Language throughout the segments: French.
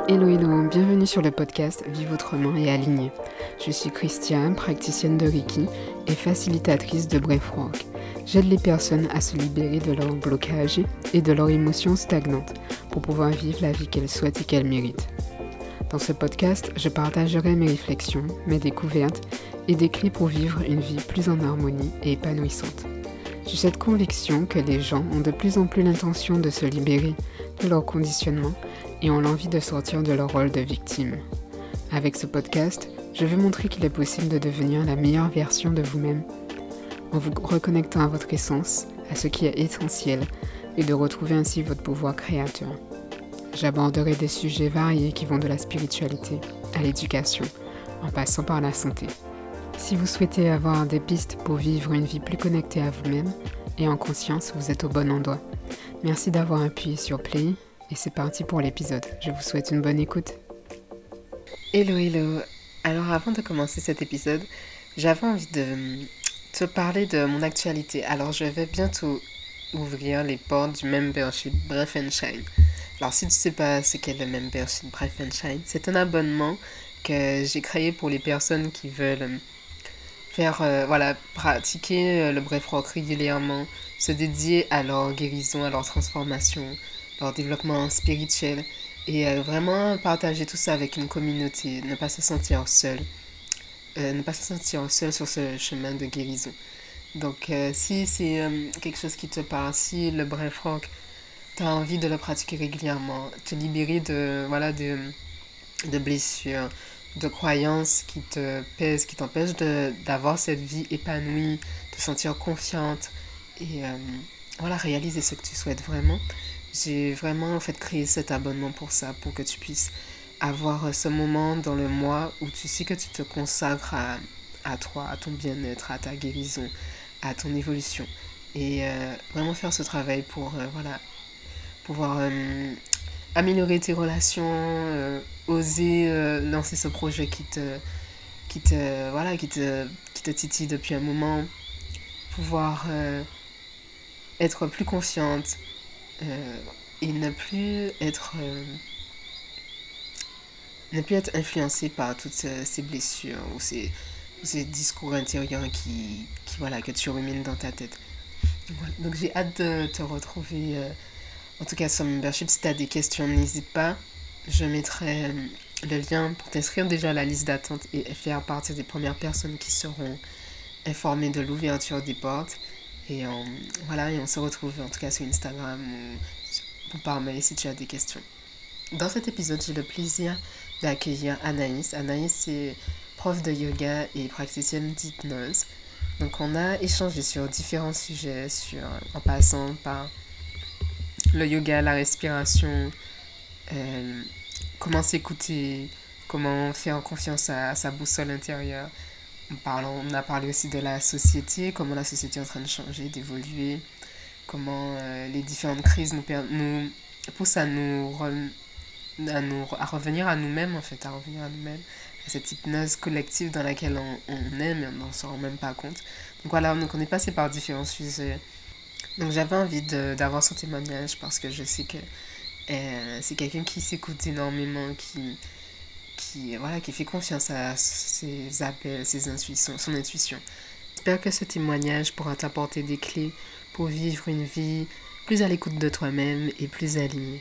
Hello, hello, bienvenue sur le podcast Vive autrement et aligné. Je suis Christiane, praticienne de Reiki et facilitatrice de Breathwork. J'aide les personnes à se libérer de leurs blocages et de leurs émotions stagnantes pour pouvoir vivre la vie qu'elles souhaitent et qu'elles méritent. Dans ce podcast, je partagerai mes réflexions, mes découvertes et des clés pour vivre une vie plus en harmonie et épanouissante. J'ai cette conviction que les gens ont de plus en plus l'intention de se libérer de leur conditionnement et ont l'envie de sortir de leur rôle de victime. Avec ce podcast, je veux montrer qu'il est possible de devenir la meilleure version de vous-même en vous reconnectant à votre essence, à ce qui est essentiel et de retrouver ainsi votre pouvoir créateur. J'aborderai des sujets variés qui vont de la spiritualité à l'éducation, en passant par la santé. Si vous souhaitez avoir des pistes pour vivre une vie plus connectée à vous-même et en conscience, vous êtes au bon endroit. Merci d'avoir appuyé sur Play et c'est parti pour l'épisode. Je vous souhaite une bonne écoute. Hello, hello. Alors avant de commencer cet épisode, j'avais envie de te parler de mon actualité. Alors je vais bientôt ouvrir les portes du membership Breath and Shine. Alors si tu ne sais pas ce qu'est le membership Breath and Shine, c'est un abonnement que j'ai créé pour les personnes qui veulent pratiquer le breathwork régulièrement, se dédier à leur guérison, à leur transformation, leur développement spirituel et vraiment partager tout ça avec une communauté, ne pas se sentir seul, sur ce chemin de guérison. Donc si c'est quelque chose qui te parle, si le breathwork, tu as envie de le pratiquer régulièrement, te libérer de blessures, de croyances qui te pèsent, qui t'empêchent d'avoir cette vie épanouie, te sentir confiante et réaliser ce que tu souhaites vraiment. J'ai vraiment créé cet abonnement pour ça, pour que tu puisses avoir ce moment dans le mois où tu sais que tu te consacres à toi, à ton bien-être, à ta guérison, à ton évolution. Et vraiment faire ce travail pour pouvoir améliorer tes relations, oser lancer ce projet qui te titille depuis un moment, pouvoir être plus confiante et ne plus être influencée par toutes ces blessures ou ces discours intérieurs que tu rumines dans ta tête. Voilà. Donc j'ai hâte de te retrouver en tout cas sur membership. Si tu as des questions, n'hésite pas. Je mettrai le lien pour t'inscrire déjà à la liste d'attente et faire partie des premières personnes qui seront informées de l'ouverture des portes. Et on se retrouve en tout cas sur Instagram ou par mail si tu as des questions. Dans cet épisode, j'ai le plaisir d'accueillir Anaïs. Anaïs, c'est prof de yoga et praticienne d'hypnose. Donc on a échangé sur différents sujets, en passant par le yoga, la respiration, comment s'écouter, comment faire confiance à sa boussole intérieure. On a parlé aussi de la société, comment la société est en train de changer, d'évoluer, comment les différentes crises nous poussent à revenir à nous-mêmes, à cette hypnose collective dans laquelle on est, mais on n'en se rend même pas compte. Donc voilà, on est passé par différents sujets. Donc j'avais envie d'avoir son témoignage parce que je sais que c'est quelqu'un qui s'écoute énormément, qui fait confiance à ses appels, ses intuitions, son intuition. J'espère que ce témoignage pourra t'apporter des clés pour vivre une vie plus à l'écoute de toi-même et plus alignée.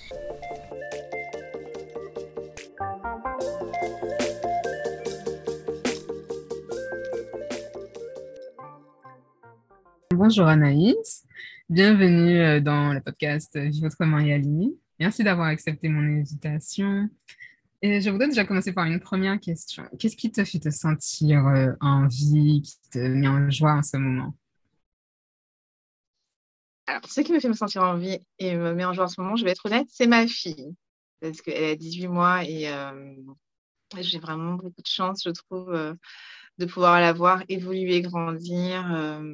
Bonjour Anaïs, bienvenue dans le podcast Vive autrement et aligné. Merci d'avoir accepté mon invitation. Et je voudrais déjà commencer par une première question. Qu'est-ce qui te fait te sentir en vie, qui te met en joie en ce moment? Alors, ce qui me fait me sentir en vie et me met en joie en ce moment, je vais être honnête, c'est ma fille. Parce qu'elle a 18 mois et j'ai vraiment beaucoup de chance, je trouve, de pouvoir la voir évoluer, grandir,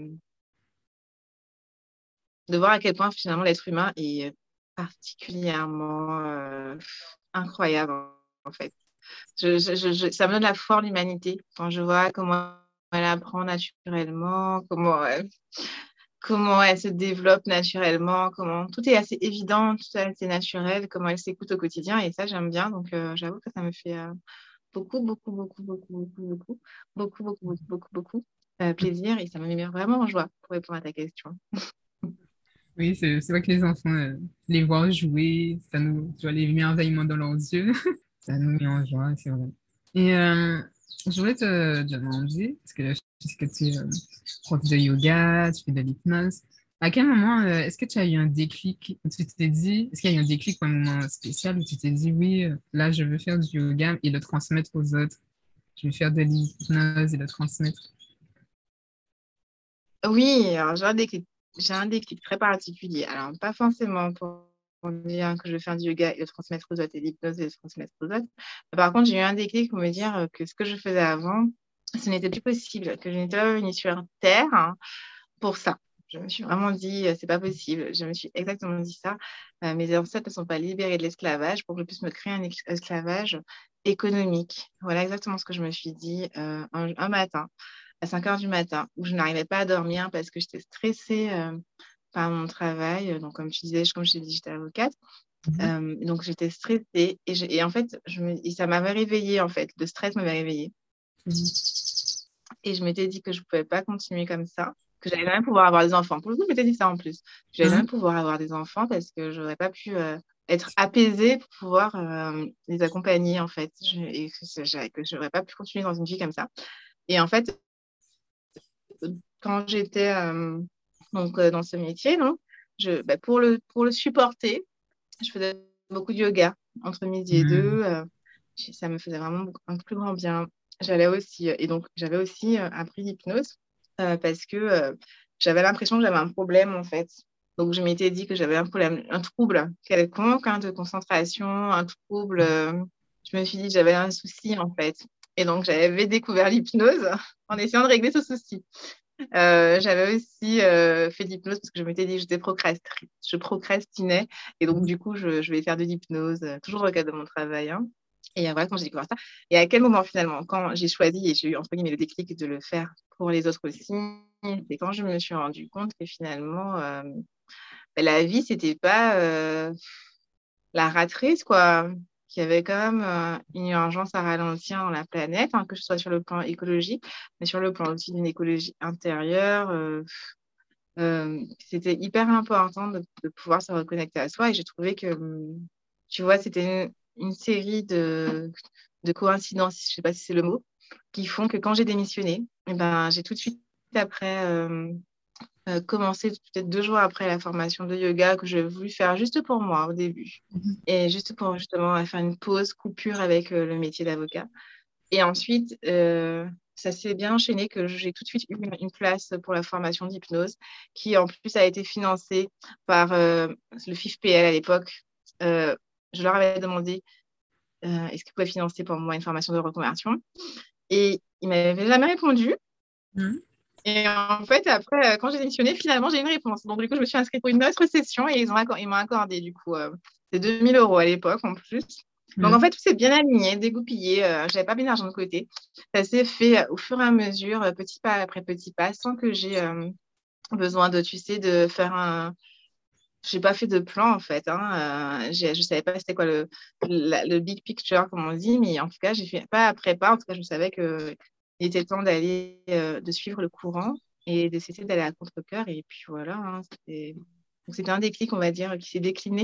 de voir à quel point finalement l'être humain est particulièrement incroyable en fait. Ça me donne la foi en l'humanité quand je vois comment elle apprend naturellement, comment comment elle se développe naturellement, comment tout est assez évident, tout est assez naturel, comment elle s'écoute au quotidien. Et ça, j'aime bien. Donc, j'avoue que ça me fait beaucoup, beaucoup, beaucoup, beaucoup, beaucoup, beaucoup, beaucoup, beaucoup, beaucoup, beaucoup, beaucoup plaisir et ça me met vraiment en joie pour répondre à ta question. Oui, c'est vrai que les enfants, les voir jouer, ça nous, tu vois, les merveillements dans leurs yeux, ça nous met en joie, c'est vrai. Et je voulais te demander, parce que je sais que tu es prof de yoga, tu fais de l'hypnose, à quel moment est-ce que tu as eu un déclic, où tu t'es dit, est-ce qu'il y a eu un déclic ou un moment spécial où tu t'es dit, oui, là, je veux faire du yoga et le transmettre aux autres, je veux faire de l'hypnose et le transmettre. Oui, alors j'ai un déclic très particulier. Alors, pas forcément pour dire que je vais faire du yoga et le transmettre aux autres et l'hypnose et le transmettre aux autres. Par contre, j'ai eu un déclic pour me dire que ce que je faisais avant, ce n'était plus possible, que je n'étais pas venue sur Terre hein, pour ça. Je me suis vraiment dit, c'est pas possible. Je me suis exactement dit ça. Mes ancêtres ne sont pas libérés de l'esclavage pour que je puisse me créer un esclavage économique. Voilà exactement ce que je me suis dit un matin à 5 heures du matin, où je n'arrivais pas à dormir parce que j'étais stressée par mon travail. Donc, comme tu disais, comme je t'ai dit, j'étais avocate. Mhm. Donc, j'étais stressée. Et en fait, et ça m'avait réveillée, en fait. Le stress m'avait réveillée. Et je m'étais dit que je ne pouvais pas continuer comme ça, que j'allais jamais pouvoir avoir des enfants. Pour le coup, je m'étais dit ça en plus. Je n'allais Mhm. jamais pouvoir avoir des enfants parce que je n'aurais pas pu être apaisée pour pouvoir les accompagner, en fait. Et que je n'aurais pas pu continuer dans une vie comme ça. Et en fait, quand j'étais dans ce métier, non, pour le supporter, je faisais beaucoup de yoga entre midi et Mhm. deux. Ça me faisait vraiment un plus grand bien. J'allais aussi, et donc j'avais aussi appris l'hypnose parce que j'avais l'impression que j'avais un problème en fait. Donc je m'étais dit que j'avais un problème, un trouble quelconque hein, de concentration, un trouble. Je me suis dit que j'avais un souci en fait. Et donc j'avais découvert l'hypnose en essayant de régler ce souci. J'avais aussi fait de l'hypnose parce que je m'étais dit que je procrastinais. Et donc, du coup, je vais faire de l'hypnose, toujours dans le cadre de mon travail. Hein. Et voilà, quand j'ai découvert ça. Et à quel moment, finalement, quand j'ai choisi et j'ai eu, entre guillemets, le déclic de le faire pour les autres aussi, c'est quand je me suis rendu compte que finalement, la vie, c'était pas la rat race, quoi. Qu'il y avait quand même une urgence à ralentir dans la planète, hein, que ce soit sur le plan écologique, mais sur le plan aussi d'une écologie intérieure. C'était hyper important de pouvoir se reconnecter à soi et j'ai trouvé que, tu vois, c'était une série de coïncidences, je sais pas si c'est le mot, qui font que quand j'ai démissionné, eh ben, j'ai tout de suite après commencé, peut-être 2 jours après la formation de yoga que j'ai voulu faire juste pour moi au début et juste pour justement faire une pause, coupure avec le métier d'avocat. Et ensuite, ça s'est bien enchaîné que j'ai tout de suite eu une place pour la formation d'hypnose qui, en plus, a été financée par le FIFPL à l'époque. Je leur avais demandé est-ce qu'ils pouvaient financer pour moi une formation de reconversion. Et ils ne m'avaient jamais répondu. Mhm. Et en fait, après, quand j'ai démissionné, finalement, j'ai eu une réponse. Donc, du coup, je me suis inscrite pour une autre session et ils m'ont accordé, du coup, c'est 2 000 € à l'époque en plus. Donc, en Mhm. fait, tout s'est bien aligné, dégoupillé. Je n'avais pas mis d'argent de côté. Ça s'est fait au fur et à mesure, petit pas après petit pas, sans que j'ai besoin de, tu sais, de faire un. Je n'ai pas fait de plan, en fait. Hein. Je ne savais pas c'était quoi le big picture, comme on dit, mais en tout cas, j'ai fait pas après pas. En tout cas, je savais qu'il était temps d'aller, de suivre le courant et de cesser d'aller à contre-cœur. Et puis voilà, hein, donc, c'était un déclic, on va dire, qui s'est décliné.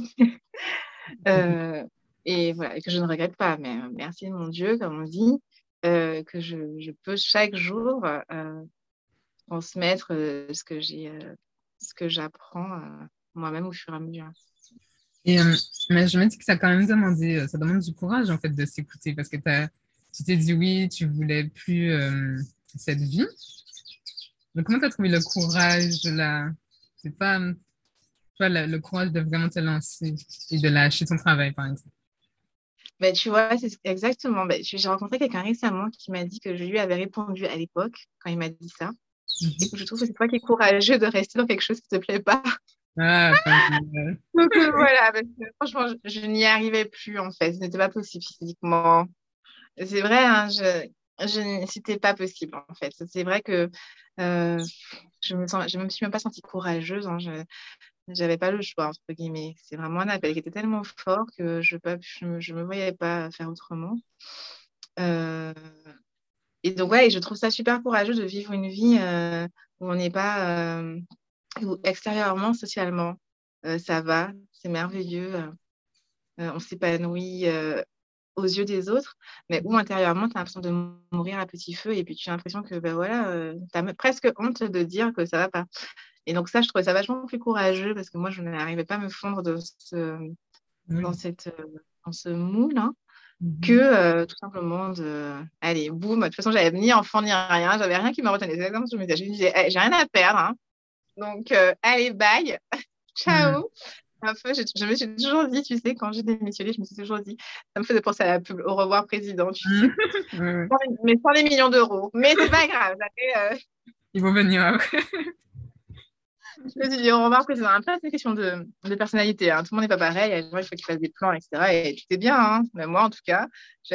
Euh, et voilà, que je ne regrette pas, mais merci mon Dieu, comme on dit, que je peux chaque jour transmettre ce que j'apprends moi-même au fur et à mesure. Et, mais je me dis que ça a quand même demandé, ça demande du courage en fait de s'écouter parce que tu t'es dit oui, tu voulais plus cette vie. Donc comment tu as trouvé le courage là? C'est pas, tu vois, le courage de vraiment te lancer et de lâcher ton travail par exemple. Ben, tu vois, c'est exactement. Ben, j'ai rencontré quelqu'un récemment qui m'a dit que je lui avais répondu à l'époque, quand il m'a dit ça. Et Mhm. je trouve que c'est toi qui es courageux de rester dans quelque chose qui ne te plaît pas. Ah, Donc voilà, parce que, franchement, je n'y arrivais plus en fait. Ce n'était pas possible physiquement. C'est vrai, hein, c'était pas possible en fait. C'est vrai que euh, je me suis même pas sentie courageuse, hein. J'avais pas le choix, entre guillemets. C'est vraiment un appel qui était tellement fort que je me voyais pas faire autrement. Euh, et donc, ouais, et je trouve ça super courageux de vivre une vie où on n'est pas, où extérieurement, socialement, ça va, c'est merveilleux, on s'épanouit aux yeux des autres, mais où intérieurement, tu as l'impression de mourir à petit feu et puis tu as l'impression que, ben voilà, tu as presque honte de dire que ça va pas. Et donc, ça, je trouvais ça vachement plus courageux parce que moi, je n'arrivais pas à me fondre dans, Oui. cette, dans ce moule, hein, que Mhm. tout simplement de. Allez, boum. De toute façon, j'avais ni enfant ni rien. J'avais rien qui me retenait. C'est exactement ce que je me disais. Hey, j'ai rien à perdre, hein. Donc, allez, bye. Mhm. Ciao. Un peu, je me suis toujours dit, tu sais, quand j'ai démissionné, je me suis toujours dit, ça me faisait penser à la pub Au revoir, président, tu sais. Mhm. Oui, oui. Mais sans les millions d'euros. Mais c'est pas grave. Ils vont venir après. Je me suis dit, au revoir, président. Après, c'est une question de personnalité, hein. Tout le monde n'est pas pareil. Il y a des gens, il faut qu'ils fassent des plans, etc. Et tout est bien, hein. Mais moi, en tout cas,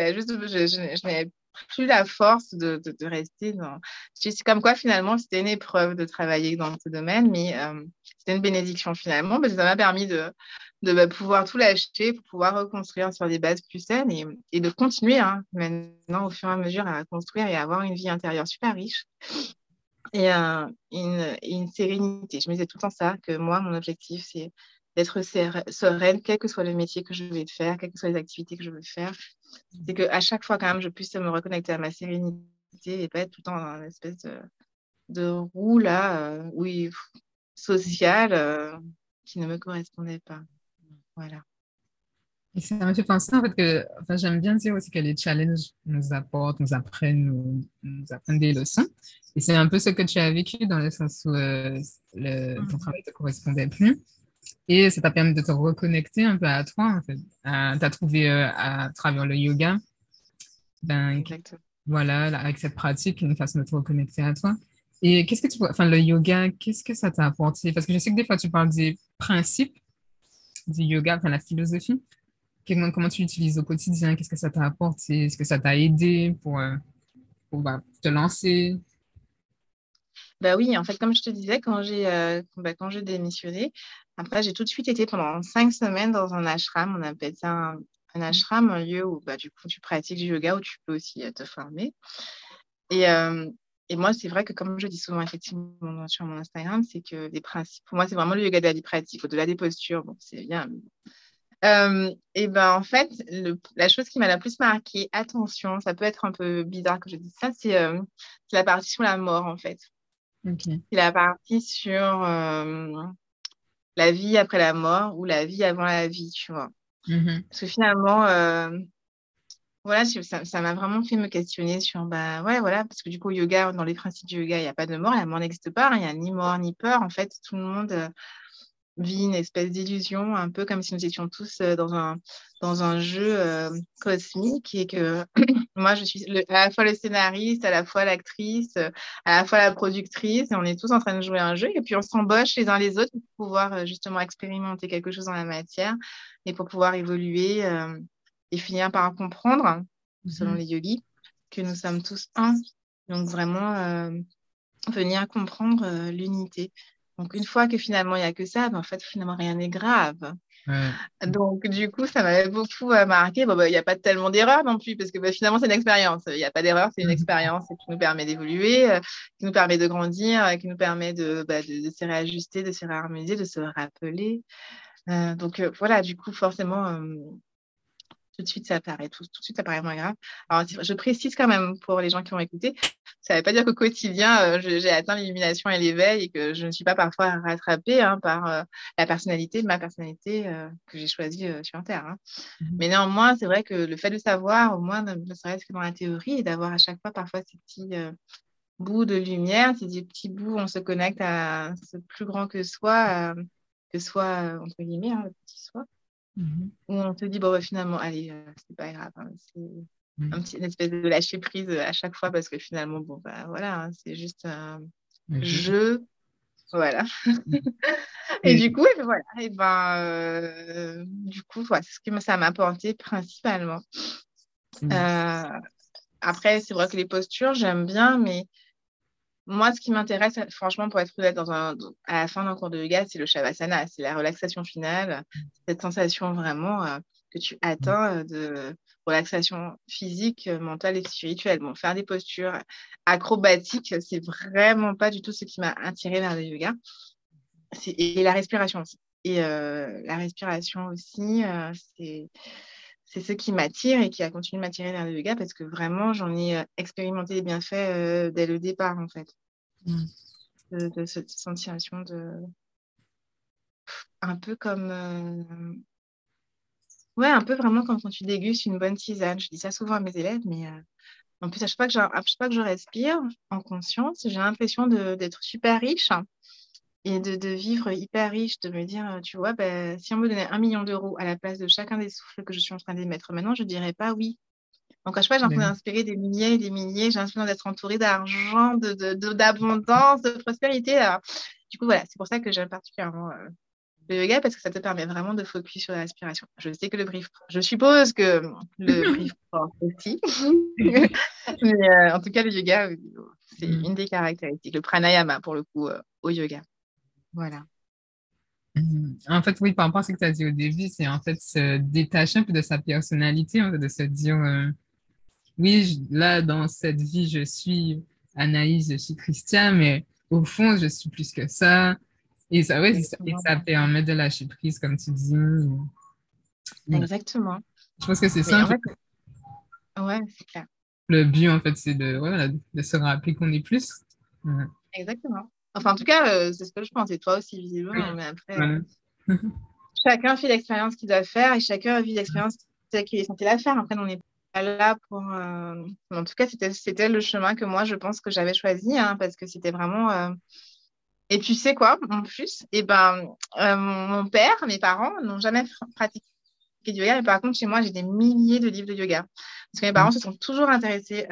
je n'avais plus la force de rester dans. C'est comme quoi, finalement, c'était une épreuve de travailler dans ce domaine, mais c'était une bénédiction, finalement, parce que ça m'a permis de pouvoir tout lâcher pour pouvoir reconstruire sur des bases plus saines et de continuer, hein, maintenant, au fur et à mesure, à construire et à avoir une vie intérieure super riche et une sérénité. Je me disais tout le temps ça, que moi, mon objectif, c'est d'être sereine, quel que soit le métier que je vais faire, quelles que soient les activités que je veux faire. C'est qu'à chaque fois, quand même, je puisse me reconnecter à ma sérénité et pas être tout le temps dans une espèce de roue, là, oui, sociale, qui ne me correspondait pas. Voilà. Et ça m'a fait penser en fait que, enfin, j'aime bien dire aussi que les challenges nous apportent, nous apprennent des leçons. Et c'est un peu ce que tu as vécu dans le sens où ton Mhm. travail ne te correspondait plus. Et ça t'a permis de te reconnecter un peu à toi, en fait. Tu as trouvé à travers le yoga, ben, Exactement. voilà, avec cette pratique, une façon de te reconnecter à toi. Et qu'est-ce que enfin, le yoga, qu'est-ce que ça t'a apporté? Parce que je sais que des fois, tu parles des principes du yoga, enfin, la philosophie. Comment tu l'utilises au quotidien? Qu'est-ce que ça t'a apporté? Est-ce que ça t'a aidé pour bah, te lancer? Bah oui, en fait, comme je te disais, quand j'ai démissionné, après, j'ai tout de suite été pendant 5 semaines dans un ashram. On appelle ça un ashram, un lieu où bah, du coup, tu pratiques du yoga, où tu peux aussi te former. Et, euh, et moi, c'est vrai que comme je dis souvent effectivement sur mon Instagram, c'est que les principes, pour moi, c'est vraiment le yoga de la vie pratique, au-delà des postures. Bon, c'est bien. Et ben en fait, la chose qui m'a la plus marquée, attention, ça peut être un peu bizarre que je dise ça, c'est la partie sur la mort, en fait. Ok. C'est la partie sur la vie après la mort ou la vie avant la vie, tu vois. Mhm. Parce que finalement, voilà, ça m'a vraiment fait me questionner sur, bah ouais, voilà, parce que du coup, au yoga, dans les principes du yoga, il n'y a pas de mort, la mort n'existe pas, hein, il n'y a ni mort ni peur. En fait, tout le monde vit une espèce d'illusion, un peu comme si nous étions tous dans un jeu cosmique et que moi, je suis à la fois le scénariste, à la fois l'actrice, à la fois la productrice, et on est tous en train de jouer un jeu, et puis on s'embauche les uns les autres pour pouvoir justement expérimenter quelque chose dans la matière et pour pouvoir évoluer et finir par comprendre, selon Mhm. les yogis, que nous sommes tous un. Donc vraiment, venir comprendre l'unité. Donc, une fois que finalement, il n'y a que ça, ben, en fait, finalement, rien n'est grave. Ouais. Donc, du coup, ça m'avait beaucoup marqué. Bon, bah, il n'y a pas tellement d'erreurs non plus, parce que bah, finalement, c'est une expérience. Il n'y a pas d'erreur, c'est une Mhm. expérience qui nous permet d'évoluer, qui nous permet de grandir, qui nous permet de se réajuster, de se réharmoniser, de se rappeler. Donc, voilà, du coup, forcément, tout de suite, tout de suite, ça paraît moins grave. Alors, je précise quand même pour les gens qui ont écouté, ça ne veut pas dire qu'au quotidien, j'ai atteint l'illumination et l'éveil et que je ne suis pas parfois rattrapée hein, par ma personnalité que j'ai choisie sur Terre, hein. Mhm. Mais néanmoins, c'est vrai que le fait de savoir, au moins, ne serait-ce que dans la théorie, et d'avoir à chaque fois parfois ces petits bouts de lumière, ces petits bouts où on se connecte à ce plus grand que soit, entre guillemets, hein, le petit soi Mhm. où on te dit, bon, bah, finalement, allez, c'est pas grave, hein, c'est Mhm. une espèce de lâcher prise à chaque fois parce que finalement, bon, bah voilà, hein, c'est juste un Le jeu. jeu. Voilà. Mhm. Et Et, du coup, et ben voilà. Et ben, du coup, voilà, c'est ce que ça m'a apporté principalement. et- Euh, Après, c'est vrai que les postures, j'aime bien, mais moi, ce qui m'intéresse, franchement, pour être honnête, à la fin d'un cours de yoga, c'est le Shavasana, c'est la relaxation finale, cette sensation vraiment que tu atteins de relaxation physique, mentale et spirituelle. Bon, faire des postures acrobatiques, c'est vraiment pas du tout ce qui m'a attirée vers le yoga. Et la respiration aussi. Et la respiration aussi, c'est ce qui m'attire et qui a continué de m'attirer vers le yoga parce que vraiment, j'en ai expérimenté les bienfaits dès le départ, en fait. De cette sensation un peu comme ouais, un peu vraiment comme quand tu dégustes une bonne tisane. Je dis ça souvent à mes élèves, mais en plus, à chaque fois que je respire en conscience, j'ai l'impression d'être super riche et de vivre hyper riche, de me dire, tu vois, bah, si on me donnait 1 million d'euros à la place de chacun des souffles que je suis en train d'émettre maintenant, je dirais pas oui. Donc, à chaque fois, j'ai l'impression d'inspirer des milliers et des milliers. J'ai l'impression d'être entourée d'argent, d'abondance, de prospérité. Alors, du coup, voilà, c'est pour ça que j'aime particulièrement le yoga parce que ça te permet vraiment de focus sur la respiration. Je sais que je suppose que le brief aussi. Mais en tout cas, le yoga, c'est une des caractéristiques. Le pranayama, pour le coup, au yoga. Voilà. En fait, oui, par rapport à ce que tu as dit au début, c'est en fait se détacher un peu de sa personnalité, en fait, de se dire, oui, là, dans cette vie, je suis Anaïs, je suis Christian, mais au fond, je suis plus que ça. Et ça, ouais, et ça permet de lâcher prise, comme tu dis. Exactement. Je pense que c'est Mais ça. en fait, ouais, c'est clair. Le but, en fait, c'est de se rappeler qu'on est plus. Ouais. Exactement. Enfin, en tout cas, c'est ce que je pense. Et toi aussi, visiblement. Mais après, Voilà. chacun fait l'expérience qu'il doit faire et chacun vit l'expérience qu'il est censé la faire. Après, on n'est pas là pour. En tout cas, c'était le chemin que moi, je pense que j'avais choisi parce que c'était vraiment. Et tu sais quoi, en plus, mon père, mes parents n'ont jamais pratiqué du yoga. Mais par contre, chez moi, j'ai des milliers de livres de yoga. Parce que mes parents se sont toujours intéressés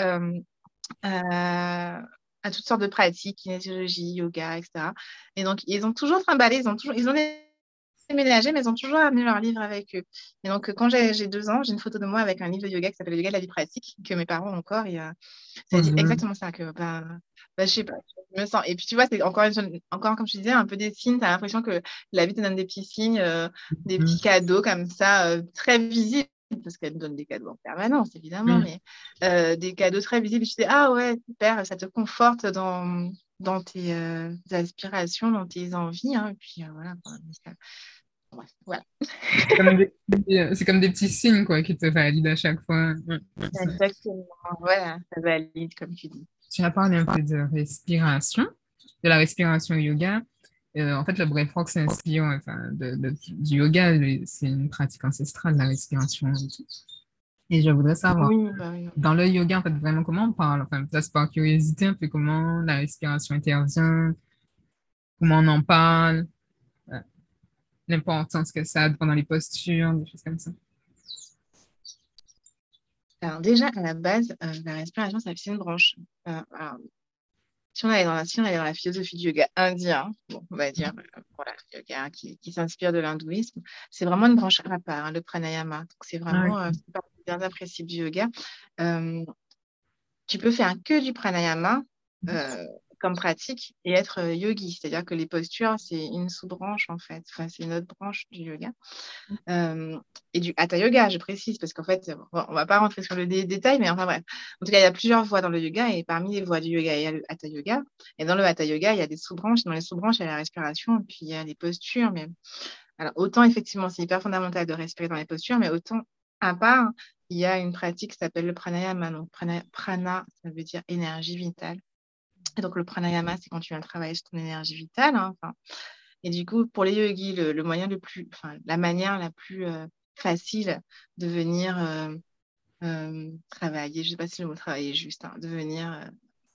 à toutes sortes de pratiques, kinésiologie, yoga, etc. Et donc, ils ont toujours trimballé, ils ont déménagé, mais ils ont toujours amené leurs livres avec eux. Et donc, quand j'ai 2 ans, j'ai une photo de moi avec un livre de yoga qui s'appelle Le yoga de la vie pratique, que mes parents ont encore. Et ça dit exactement ça, que je sais pas, je me sens. Et puis, tu vois, c'est encore, comme je disais, un peu des signes. Tu as l'impression que la vie te donne des petits signes, des petits cadeaux comme ça, très visibles. Parce qu'elle me donne des cadeaux en permanence, évidemment, mais des cadeaux très visibles. Et tu dis, ah ouais, super, ça te conforte dans tes aspirations, dans tes envies. Et puis voilà. Ouais, voilà. C'est comme des petits signes quoi, qui te valident à chaque fois. Exactement. Voilà, ça valide, comme tu dis. Tu as parlé un peu de respiration, de la respiration yoga. En fait, le breathwork s'inspire du yoga. C'est une pratique ancestrale, la respiration et tout. Et je voudrais savoir, Oui, bah oui. dans le yoga, en fait, vraiment comment on parle, enfin, peut-être par curiosité, un peu comment la respiration intervient, comment on en parle, l'importance que ça a pendant les postures, des choses comme ça. Alors déjà, à la base, la respiration, c'est une branche. Alors, si on allait dans la philosophie du yoga indien, bon, on va dire, voilà, yoga qui s'inspire de l'hindouisme, c'est vraiment une branche à part, le pranayama. Donc, c'est vraiment c'est partie des derniers principes du yoga. Tu peux faire que du pranayama comme pratique et être yogi, c'est-à-dire que les postures, c'est une sous-branche en fait, enfin, c'est une autre branche du yoga. Et du hatha yoga, je précise, parce qu'en fait, on va pas rentrer sur le détail, mais enfin bref. En tout cas, il y a plusieurs voies dans le yoga, et parmi les voies du yoga, il y a le hatha yoga. Et dans le hatha yoga, il y a des sous-branches. Dans les sous-branches, il y a la respiration, puis il y a les postures. Mais alors, autant effectivement, c'est hyper fondamental de respirer dans les postures, mais autant à part, il y a une pratique qui s'appelle le pranayama. Donc, prana, ça veut dire énergie vitale. Et donc, le pranayama, c'est quand tu viens travailler sur ton énergie vitale. Et du coup, pour les yogis, le moyen la manière la plus facile de venir travailler, je ne sais pas si le mot travailler est juste, de venir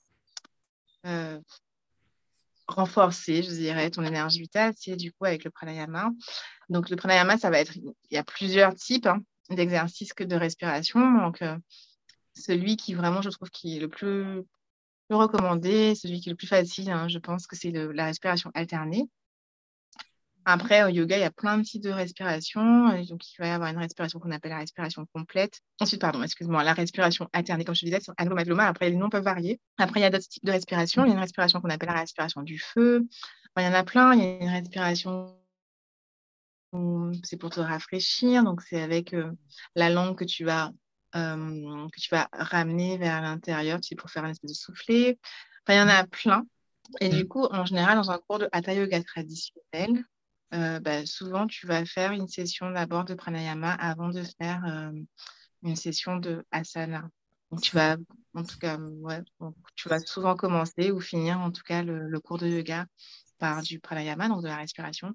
renforcer, je dirais, ton énergie vitale, c'est du coup avec le pranayama. Donc, le pranayama, il y a plusieurs types d'exercices de respiration. Donc, celui qui vraiment, je trouve, qui est le plus recommandé, celui qui est le plus facile, je pense que c'est la respiration alternée. Après, au yoga, il y a plein de types de respiration. Et donc, il va y avoir une respiration qu'on appelle la respiration complète. Ensuite, pardon, excuse-moi, la respiration alternée, comme je te disais, c'est Anuloma-Viloma. Après, les noms peuvent varier. Après, il y a d'autres types de respiration. Il y a une respiration qu'on appelle la respiration du feu. Enfin, il y en a plein. Il y a une respiration, c'est pour te rafraîchir. Donc, c'est avec la langue que tu vas ramener vers l'intérieur. C'est pour faire un espèce de soufflet. Enfin, il y en a plein. Et du coup, en général, dans un cours de Hatha Yoga traditionnel, souvent, tu vas faire une session d'abord de pranayama avant de faire une session de asana. Donc, tu vas, en tout cas, ouais, donc, tu vas souvent commencer ou finir, en tout cas, le cours de yoga par du pranayama, donc de la respiration,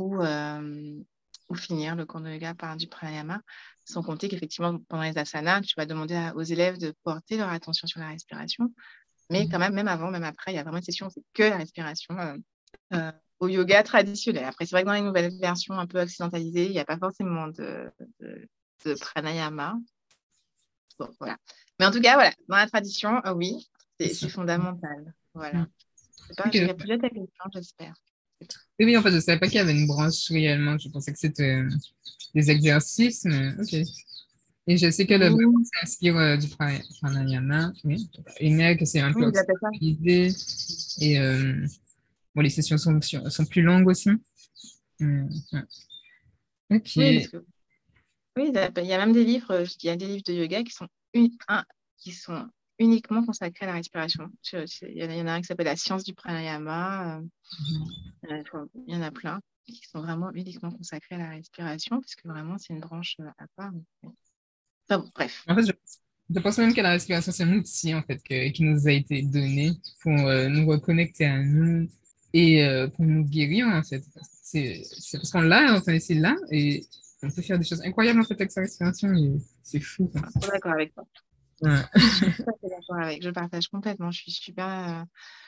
ou finir le cours de yoga par du pranayama, sans compter qu'effectivement, pendant les asanas, tu vas demander aux élèves de porter leur attention sur la respiration. Mais quand même avant, même après, il y a vraiment une session où c'est que la respiration au yoga traditionnel. Après, c'est vrai que dans les nouvelles versions un peu occidentalisées, il n'y a pas forcément de pranayama. Bon, voilà. Mais en tout cas, voilà, dans la tradition, oui, c'est fondamental. Voilà. Je Ok. n'ai plus ta question, j'espère. Oui, en fait, je ne savais pas qu'il y avait une branche réellement. Je pensais que c'était des exercices, mais ok. Et je sais que le Bhagavad s'inspire du pranayama, oui. Et mais que c'est un peu Oui, ils appellent ça. occidentalisé. Et bon, les sessions sont plus longues aussi. Ouais. Ok. Oui, parce que oui, il y a même des livres, il y a des livres de yoga qui sont uniquement consacrés à la respiration. Il y en a un qui s'appelle La science du pranayama. Il y en a plein qui sont vraiment uniquement consacrés à la respiration, parce que vraiment, c'est une branche à part. Enfin, bon, bref. En fait, je pense même que la respiration, c'est un outil en fait qui nous a été donné pour nous reconnecter à nous et pour nous guérir en fait. C'est parce qu'on l'a, enfin, c'est là et on peut faire des choses incroyables en fait avec sa respiration et c'est fou, quoi. Je suis d'accord avec toi. Ouais. Je suis tout à fait d'accord avec. Je partage complètement. Je suis super.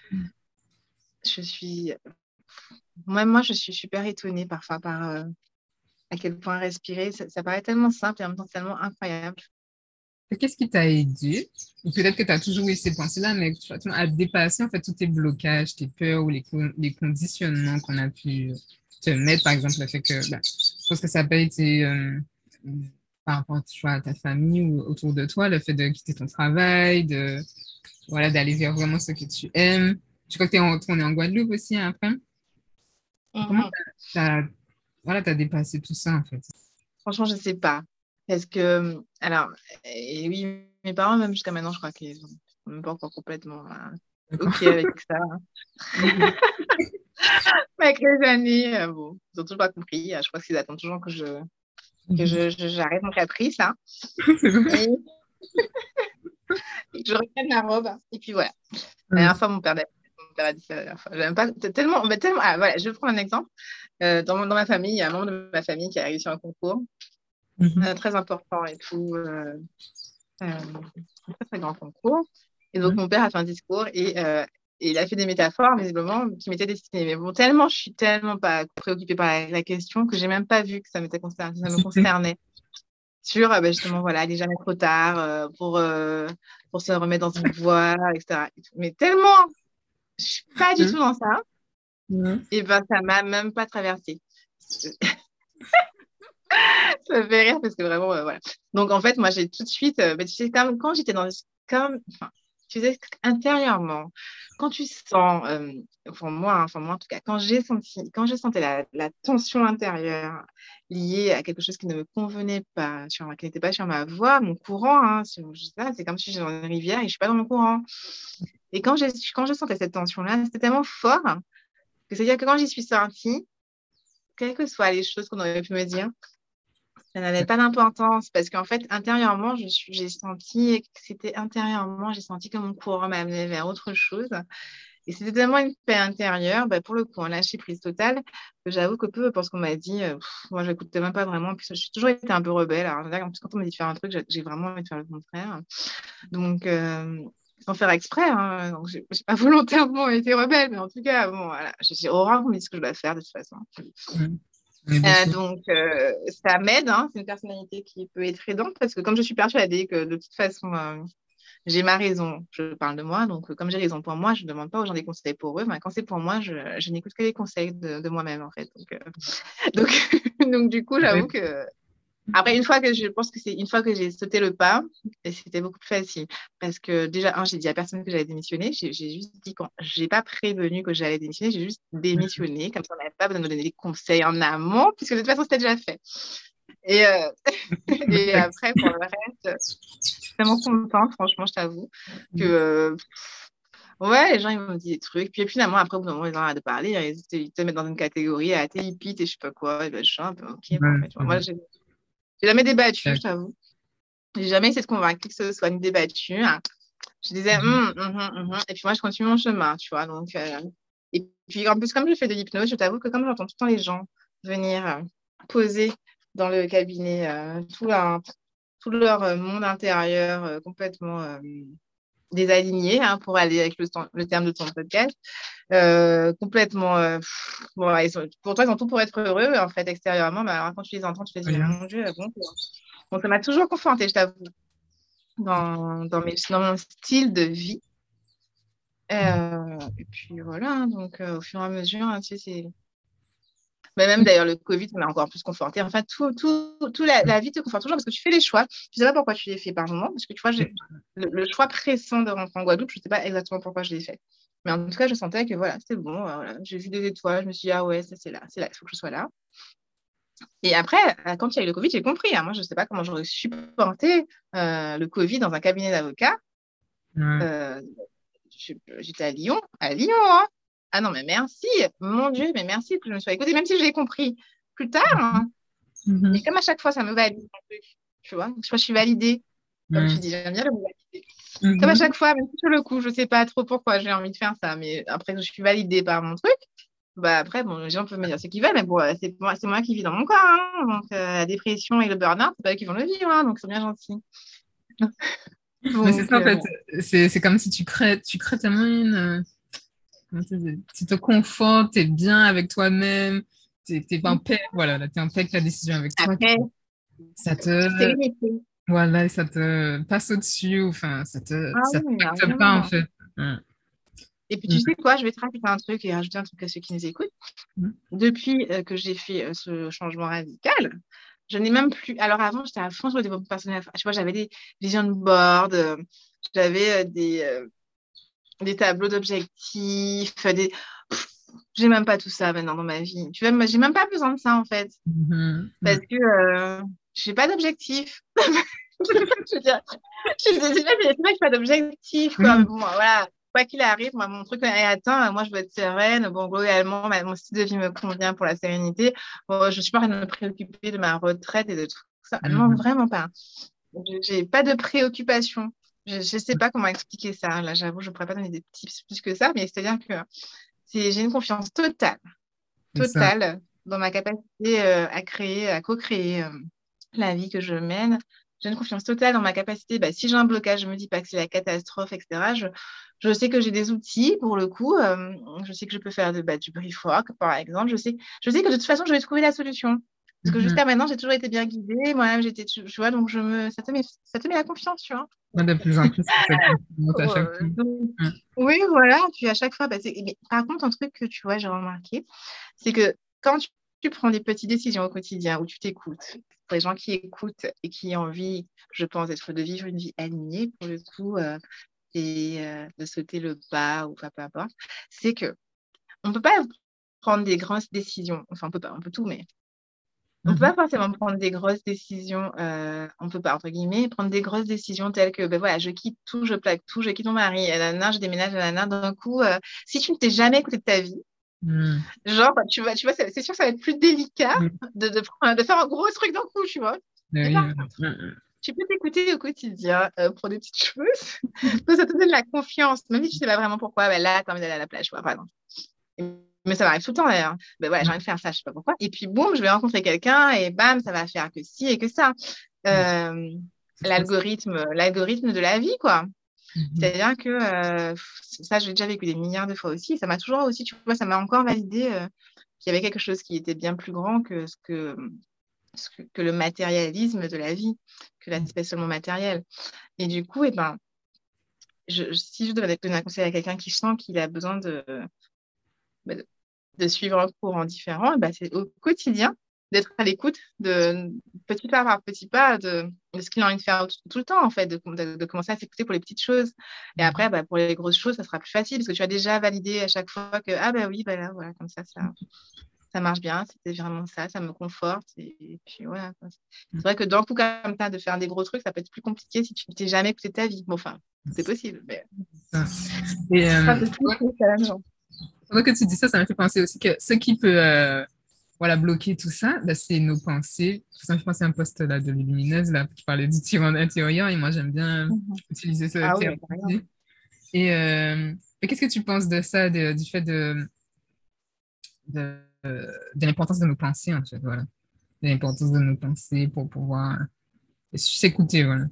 Je suis. Moi, je suis super étonnée parfois par à quel point respirer, ça paraît tellement simple et en même temps tellement incroyable. Qu'est-ce qui t'a aidé? Ou peut-être que tu as toujours eu ces pensées-là, mais tu vois, à dépasser en fait tous tes blocages, tes peurs ou les conditionnements qu'on a pu te mettre, par exemple, le fait que, je pense que ça n'a pas été par rapport tu vois, à ta famille ou autour de toi, le fait de quitter ton travail, voilà, d'aller vers vraiment ce que tu aimes. Je crois que tu es retourné en Guadeloupe aussi hein, après. Comment Mhm. voilà, t'as dépassé tout ça en fait? Franchement, je ne sais pas. Parce que, alors, et oui, mes parents, même jusqu'à maintenant, je crois qu'ils sont même pas encore complètement D'accord. OK avec ça. Mhm. Avec les années, bon, ils n'ont toujours pas compris. Je crois qu'ils attendent toujours que Mhm. j'arrête mon caprice, hein, C'est vrai. et que je reprenne la robe. Et puis voilà. La Mhm. dernière fois, mon père a dit ça la dernière fois. J'aime pas tellement. Ah, voilà, je vais prendre un exemple. Dans ma famille, il y a un membre de ma famille qui a réussi un concours Mhm. très important et tout. Un très, très grand concours. Et donc, Mhm. mon père a fait un discours et il a fait des métaphores, visiblement, qui m'étaient destinées. Mais bon, je suis tellement pas préoccupée par la question que j'ai même pas vu que ça me concernait. Sur, justement, voilà, il n'est jamais trop tard pour se remettre dans une voie, etc. Mais tellement, je suis pas du tout dans ça. Mhm. Et ben, ça m'a même pas traversée. Ça me fait rire parce que vraiment, voilà. Donc, en fait, moi, j'ai tout de suite, tu sais, comme quand j'étais enfin, tu sais, intérieurement, quand tu sens, enfin, moi, en tout cas, quand je sentais la tension intérieure liée à quelque chose qui ne me convenait pas, qui n'était pas sur ma voie, mon courant, hein, je sais pas, c'est comme si j'étais dans une rivière et je suis pas dans mon courant. Et quand je sentais cette tension-là, c'était tellement fort que c'est-à-dire que quand j'y suis sortie, quelles que soient les choses qu'on aurait pu me dire, ça n'avait pas d'importance parce qu'en fait, intérieurement, j'ai senti que c'était intérieurement, j'ai senti que mon courant m'amenait vers autre chose. Et c'était tellement une paix intérieure, pour le coup, un lâcher prise totale, que j'avoue que peu importe ce qu'on m'a dit, moi, je n'écoutais même pas vraiment. Puis, j'ai toujours été un peu rebelle. Alors, là, en plus, quand on m'a dit de faire un truc, j'ai vraiment envie de faire le contraire. Donc, sans faire exprès, hein, donc j'ai pas volontairement été rebelle, mais en tout cas, bon, voilà, j'ai horreur qu'on me dise ce que je dois faire de toute façon. Mhm. On est beaucoup. Donc, ça m'aide, hein. C'est une personnalité qui peut être aidante parce que comme je suis persuadée que de toute façon, j'ai ma raison, je parle de moi. Donc, comme j'ai raison pour moi, je ne demande pas aux gens des conseils pour eux. Quand c'est pour moi, je n'écoute que les conseils de moi-même, en fait. Donc, donc, du coup, j'avoue que après, je pense que c'est une fois que j'ai sauté le pas, et c'était beaucoup plus facile. Parce que déjà, j'ai dit à personne que j'allais démissionner. J'ai juste dit quand j'ai pas prévenu que j'allais démissionner, j'ai juste démissionné. Comme ça, on n'avait pas besoin de me donner des conseils en amont, puisque de toute façon, c'était déjà fait. Et, et après, pour le reste, je suis tellement contente, franchement, je t'avoue, que ouais, les gens, ils m'ont dit des trucs. Puis finalement, après, au bout d'un moment, ils arrêtent de parler. Ils te mettent dans une catégorie, t'es hippie, t'es je sais pas quoi. Et ben, je suis un peu ok. En fait, moi, j'ai jamais débattu, je t'avoue. J'ai jamais essayé de convaincre qui que ce soit ni débattu. Je disais, et puis moi, je continue mon chemin, tu vois. Donc, et puis, en plus, comme je fais de l'hypnose, je t'avoue que comme j'entends tout le temps les gens venir poser dans le cabinet tout leur monde intérieur complètement désaligné, pour aller avec le terme de ton podcast, complètement. Bon, pour toi, ils ont tout pour être heureux, en fait, extérieurement. Mais alors, quand tu les entends, tu te dis, mon Dieu, bon, ça m'a toujours confrontée, je t'avoue, dans mon style de vie. Et puis voilà, donc au fur et à mesure, tu sais, c'est. Mais même d'ailleurs, le Covid, on a encore plus conforté. Enfin, la vie te conforte toujours parce que tu fais les choix. Je ne sais pas pourquoi tu les fais par moment, parce que tu vois, le choix pressant de rentrer en Guadeloupe, je ne sais pas exactement pourquoi je l'ai fait. Mais en tout cas, je sentais que voilà, c'était bon. Voilà. J'ai vu des étoiles, je me suis dit, ah ouais, ça c'est là, il faut que je sois là. Et après, quand il y a eu le Covid, j'ai compris. Moi, je ne sais pas comment j'aurais supporté le Covid dans un cabinet d'avocats. J'étais à Lyon, hein. Ah non, mais merci, mon Dieu, mais merci que je me sois écoutée, même si je l'ai compris plus tard. Hein. Et comme à chaque fois, ça me valide, tu vois. Je suis validée, comme tu dis, j'aime bien le mot validé. Comme à chaque fois, même si sur le coup, je ne sais pas trop pourquoi j'ai envie de faire ça, mais après que je suis validée par mon truc, bah après, bon, les gens peuvent me dire ce qu'ils veulent, mais bon, c'est moi qui vis dans mon corps. Hein. Donc, la dépression et le burn-out, c'est pas eux qui vont le vivre, hein, donc c'est bien gentil. Mais c'est ça, en fait, c'est comme si tu crées tellement tu te confortes, t'es bien avec toi-même, t'es en paix, voilà, là, t'es en paix avec ta décision avec toi. Après, ça te, voilà, ça te passe au-dessus, enfin, ça te pas, en fait. Et puis, tu sais quoi, je vais te raconter un truc et rajouter un truc à ceux qui nous écoutent. Depuis que j'ai fait ce changement radical, je n'ai même plus. Alors, avant, j'étais à fond sur le développement personnel. Tu vois, j'avais des vision board, j'avais des tableaux d'objectifs, j'ai même pas tout ça maintenant dans ma vie. Tu vois, moi, j'ai même pas besoin de ça, en fait. Parce que je n'ai pas d'objectif. Je veux dire, c'est pas que j'ai pas d'objectif, quoi. Mais bon, voilà. Quoi qu'il arrive, moi, mon truc est atteint. Moi, je veux être sereine. Bon, globalement, mon style de vie me convient pour la sérénité. Bon, je ne suis pas en train de me préoccuper de ma retraite et de tout ça. Non, vraiment pas. Je n'ai pas de préoccupation. Je ne sais pas comment expliquer ça. Là, j'avoue, je ne pourrais pas donner des tips plus que ça, mais c'est-à-dire que j'ai une confiance totale dans ma capacité à créer, à co-créer la vie que je mène. J'ai une confiance totale dans ma capacité. Si j'ai un blocage, je ne me dis pas que c'est la catastrophe, etc. Je sais que j'ai des outils pour le coup. Je sais que je peux faire du brief work, par exemple. Je sais que de toute façon, je vais trouver la solution. Parce que jusqu'à maintenant, j'ai toujours été bien guidée. Moi-même, tu vois, donc ça te met la confiance, tu vois. De plus en plus, ça monte à chaque fois. Oui, voilà. Puis à chaque fois, mais par contre, un truc que tu vois, j'ai remarqué, c'est que quand tu prends des petites décisions au quotidien où tu t'écoutes, pour les gens qui écoutent et qui ont envie, je pense, de vivre une vie alignée pour le coup et de sauter le pas ou peu importe, c'est que on ne peut pas prendre des grosses décisions. Enfin, on peut tout, mais on ne peut pas forcément prendre des grosses décisions, on ne peut pas, entre guillemets, prendre des grosses décisions telles que, voilà, je quitte tout, je plaque tout, je quitte mon mari, je déménage, d'un coup, si tu ne t'es jamais écouté de ta vie, genre, tu vois, c'est sûr que ça va être plus délicat de faire un gros truc d'un coup, tu vois. Tu peux t'écouter au quotidien pour des petites choses, ça te donne la confiance, même si tu ne sais pas vraiment pourquoi, là, tu as envie d'aller à la plage, par exemple. Mais ça m'arrive tout le temps d'ailleurs. Voilà, j'ai envie de faire ça, je ne sais pas pourquoi. Et puis, boum, je vais rencontrer quelqu'un et bam, ça va faire que ci et que ça. L'algorithme de la vie, quoi. C'est-à-dire que ça, j'ai déjà vécu des milliards de fois aussi. Ça m'a toujours aussi, tu vois, ça m'a encore validé qu'il y avait quelque chose qui était bien plus grand que que le matérialisme de la vie, que l'aspect seulement matériel. Et du coup, si je devais donner un conseil à quelqu'un qui sent qu'il a besoin bah, de suivre un courant différent, bah, c'est au quotidien d'être à l'écoute de petit pas par petit pas de ce qu'il a envie de faire tout le temps, en fait, de commencer à s'écouter pour les petites choses. Et après, bah, pour les grosses choses, ça sera plus facile parce que tu as déjà validé à chaque fois que, ah bah oui, bah là, voilà, comme ça marche bien, c'était vraiment ça me conforte. Et puis voilà. C'est vrai que d'un coup, comme ça, de faire des gros trucs, ça peut être plus compliqué si tu ne t'es jamais écouté ta vie. Bon, enfin, c'est possible, mais Ça. Et c'est plus challengeant. c'est vrai que tu dis ça, ça m'a fait penser aussi que ce qui peut voilà, bloquer tout ça, ben, c'est nos pensées. Ça me fait penser à un post là, de Lumineuse là, qui parlait du tyran intérieur et moi j'aime bien utiliser ce Ah oui, terme. par exemple. Et qu'est-ce que tu penses de ça, du fait de l'importance de nos pensées en fait, voilà. De l'importance de nos pensées pour pouvoir s'écouter, voilà.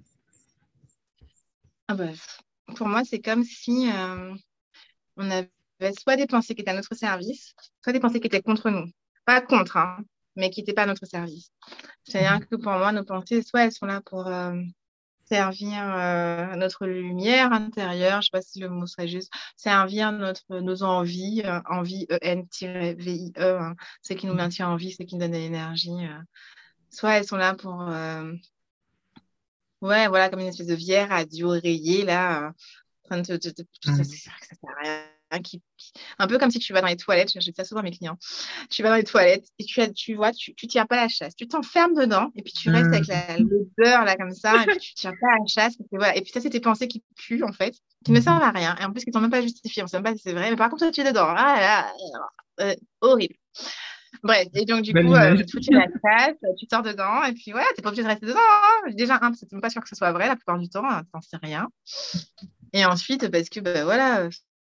Ah bah, pour moi, c'est comme si on avait soit des pensées qui étaient à notre service, soit des pensées qui étaient contre nous. Pas contre, hein, mais qui n'étaient pas à notre service. C'est-à-dire que pour moi, nos pensées, soit elles sont là pour servir notre lumière intérieure, je ne sais pas si le mot serait juste, servir nos envies, envie E-N-V-I-E, hein, ce qui nous maintient en vie, ce qui nous donne de l'énergie. Soit elles sont là pour, ouais, voilà, comme une espèce de vieille radio rayée, là, en train de ça sert à rien. Un peu comme si tu vas dans les toilettes, je dis ça souvent à mes clients. Tu vas dans les toilettes et tu vois, tu tires pas la chasse. Tu t'enfermes dedans et puis tu restes avec l'odeur là comme ça et puis tu tires pas la chasse. Et puis, voilà. Et puis ça, c'est tes pensées qui puent en fait, qui ne servent à rien. Et en plus, qui ne sont même pas justifiées. On ne sait même pas si c'est vrai. Mais par contre, toi, tu es dedans. Ah là là, horrible. Bref, et donc du Belle coup, image. tu la chasse, tu sors dedans et puis voilà, t'es pas obligé de rester dedans. Hein. Déjà, parce que t'es même pas sûr que ce soit vrai la plupart du temps, t'en sais rien. Et ensuite, parce que bah, voilà.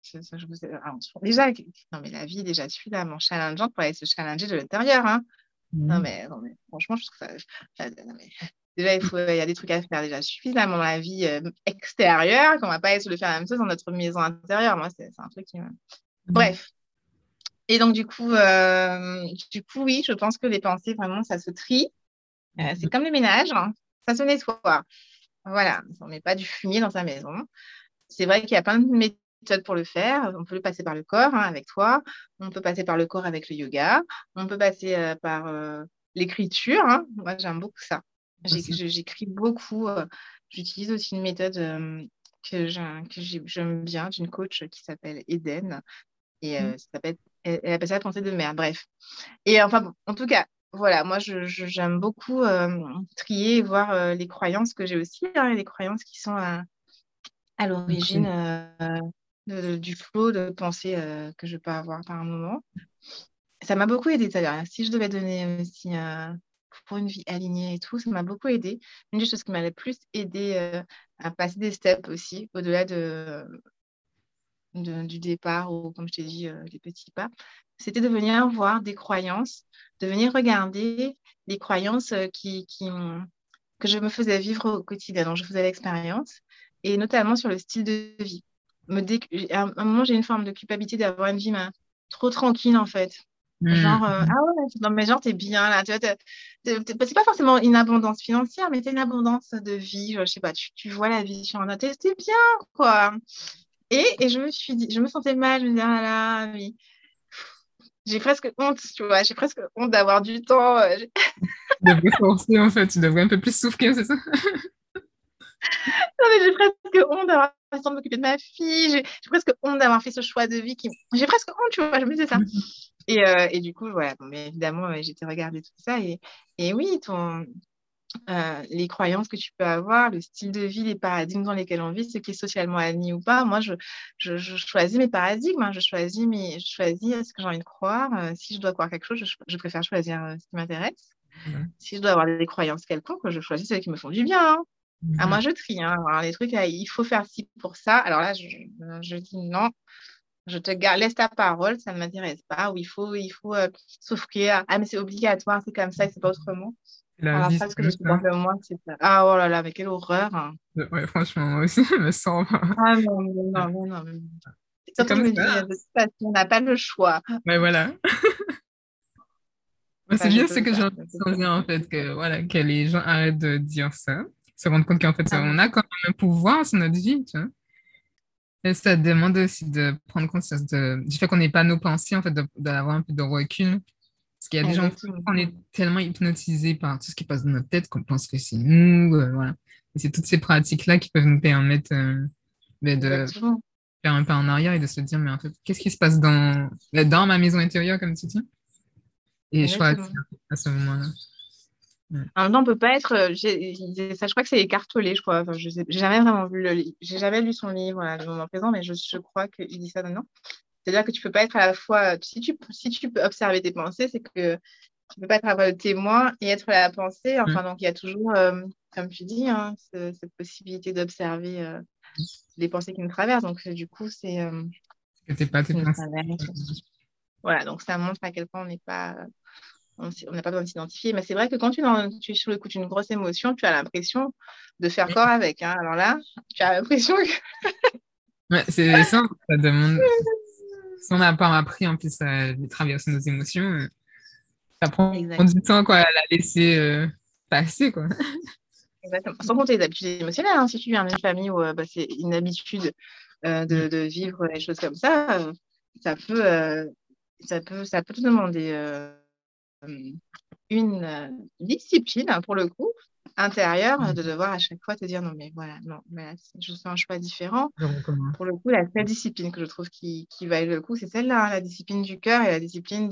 Déjà, non, mais la vie est déjà suffisamment challengeante pour aller se challenger de l'intérieur. Hein. Non, mais franchement, je trouve que non, mais, déjà, il y a des trucs à faire déjà suffisamment dans la vie extérieure qu'on va pas aller se le faire la même chose dans notre maison intérieure. Moi, c'est un truc qui me. Bref. Et donc, du coup, oui, je pense que les pensées, vraiment, ça se trie. C'est comme le ménage, hein. Ça se nettoie. Voilà, on ne met pas du fumier dans sa maison. C'est vrai qu'il y a plein de méthodes pour le faire. On peut le passer par le corps, hein, avec toi. On peut passer par le corps avec le yoga. On peut passer par l'écriture. Hein. Moi, j'aime beaucoup ça. J'écris beaucoup. J'utilise aussi une méthode que j'aime bien d'une coach qui s'appelle Eden. Et elle appelle ça la pensée de merde. Bref. Et enfin, bon, en tout cas, voilà, moi, j'aime beaucoup trier et voir les croyances que j'ai aussi, hein, les croyances qui sont à l'origine du flot de pensée que je peux avoir par un moment. Ça m'a beaucoup aidé, d'ailleurs. Si je devais donner aussi pour une vie alignée et tout, ça m'a beaucoup aidé. Une des choses qui m'a le plus aidé à passer des steps aussi, au-delà du départ ou, comme je t'ai dit, les petits pas, c'était de venir voir des croyances, de venir regarder les croyances que je me faisais vivre au quotidien, dont je faisais l'expérience, et notamment sur le style de vie. À un moment, j'ai une forme de culpabilité d'avoir une vie trop tranquille, en fait. Genre, ah ouais, non, mais genre, t'es bien là. Tu vois, c'est pas forcément une abondance financière, mais t'as une abondance de vie. Je sais pas, tu vois la vie sur un autre. T'es bien, quoi. Et je me sentais mal, je me disais, ah là, oui. J'ai presque honte, tu vois, j'ai presque honte d'avoir du temps. Tu devrais forcer, en fait, tu devrais un peu plus souffrir, c'est ça? Non, mais j'ai presque honte d'avoir le temps de m'occuper de ma fille, j'ai presque honte d'avoir fait ce choix de vie qui. J'ai presque honte, tu vois, je me disais ça. Et du coup, voilà, bon, mais évidemment, j'étais regarder tout ça. Et oui, les croyances que tu peux avoir, le style de vie, les paradigmes dans lesquels on vit, ce qui est socialement admis ou pas. Moi, je choisis mes paradigmes, hein, je choisis ce que j'ai envie de croire. Si je dois croire quelque chose, je préfère choisir ce qui m'intéresse. Si je dois avoir des croyances quelconques, je choisis celles qui me font du bien. Hein. Ah, moi, je trie. Hein. Alors, les trucs, il faut faire ci pour ça. Alors là, je dis non. Je te laisse ta parole, ça ne m'intéresse pas. Ou il faut s'offrir. Ah, mais c'est obligatoire, c'est comme ça et c'est pas autrement. La La vie, phrase que je c'est ça. supporte le moins, c'est ça. Ah, oh là là, mais quelle horreur. Hein. Ouais, franchement, moi aussi, je me sens. Ah non, non, non, non. C'est Surtout, je comme me dis, ça. de toute façon, on n'a pas le choix. Ouais, voilà. Ouais, c'est Enfin, je bien ce peux que j'ai pas. envie de sentir, en fait, que, voilà, que les gens arrêtent de dire ça, se rendent compte qu'en fait, Ah on non. a quand même un pouvoir sur notre vie, tu vois. Et ça demande aussi de prendre conscience du fait qu'on n'est pas nos pensées, en fait, d'avoir un peu de recul. Parce qu'il y a des gens, Exactement. on est tellement hypnotisés par tout ce qui passe dans notre tête qu'on pense que c'est nous, voilà. Et c'est toutes ces pratiques-là qui peuvent nous permettre de Exactement. faire un pas en arrière et de se dire, mais en fait, qu'est-ce qui se passe dans ma maison intérieure, comme tu dis? Et je crois Exactement. à ce moment-là. Ouais. En même temps, on peut pas être. Il disait ça, je crois que c'est écartelé, je crois. Enfin, je sais, j'ai jamais vraiment vu le livre. J'ai jamais lu son livre à le moment présent, mais je crois qu'il dit ça maintenant. C'est-à-dire que tu peux pas être à la fois. Si tu peux observer tes pensées, c'est que tu peux pas être à la fois le témoin et être la pensée. Mm. Enfin, donc il y a toujours, comme tu dis, hein, cette possibilité d'observer les pensées qui nous traversent. Donc, du coup, c'est Que t'es pas tes qui nous pensées. traversent. Voilà, donc ça montre à quel point on n'est pas. On n'a pas besoin de s'identifier. Mais c'est vrai que quand tu es sur le coup d'une grosse émotion, tu as l'impression de faire corps avec, hein. Alors là, tu as l'impression que. Ouais, c'est ça, ça demande. Si on n'a pas appris en plus à traverser nos émotions, ça prend Exact. du temps quoi, à la laisser passer, quoi. Exactement. Sans compter les habitudes émotionnelles, hein. Si tu viens d'une famille où c'est une habitude Mm. de vivre les choses comme ça, ça peut, euh, ça peut te demander une discipline, hein, pour le coup, intérieure, de devoir à chaque fois te dire non, mais voilà, non, mais là, je fais un choix différent. Je recommence. Pour le coup, la seule discipline que je trouve qui vaille le coup, c'est celle-là, hein, la discipline du cœur et la discipline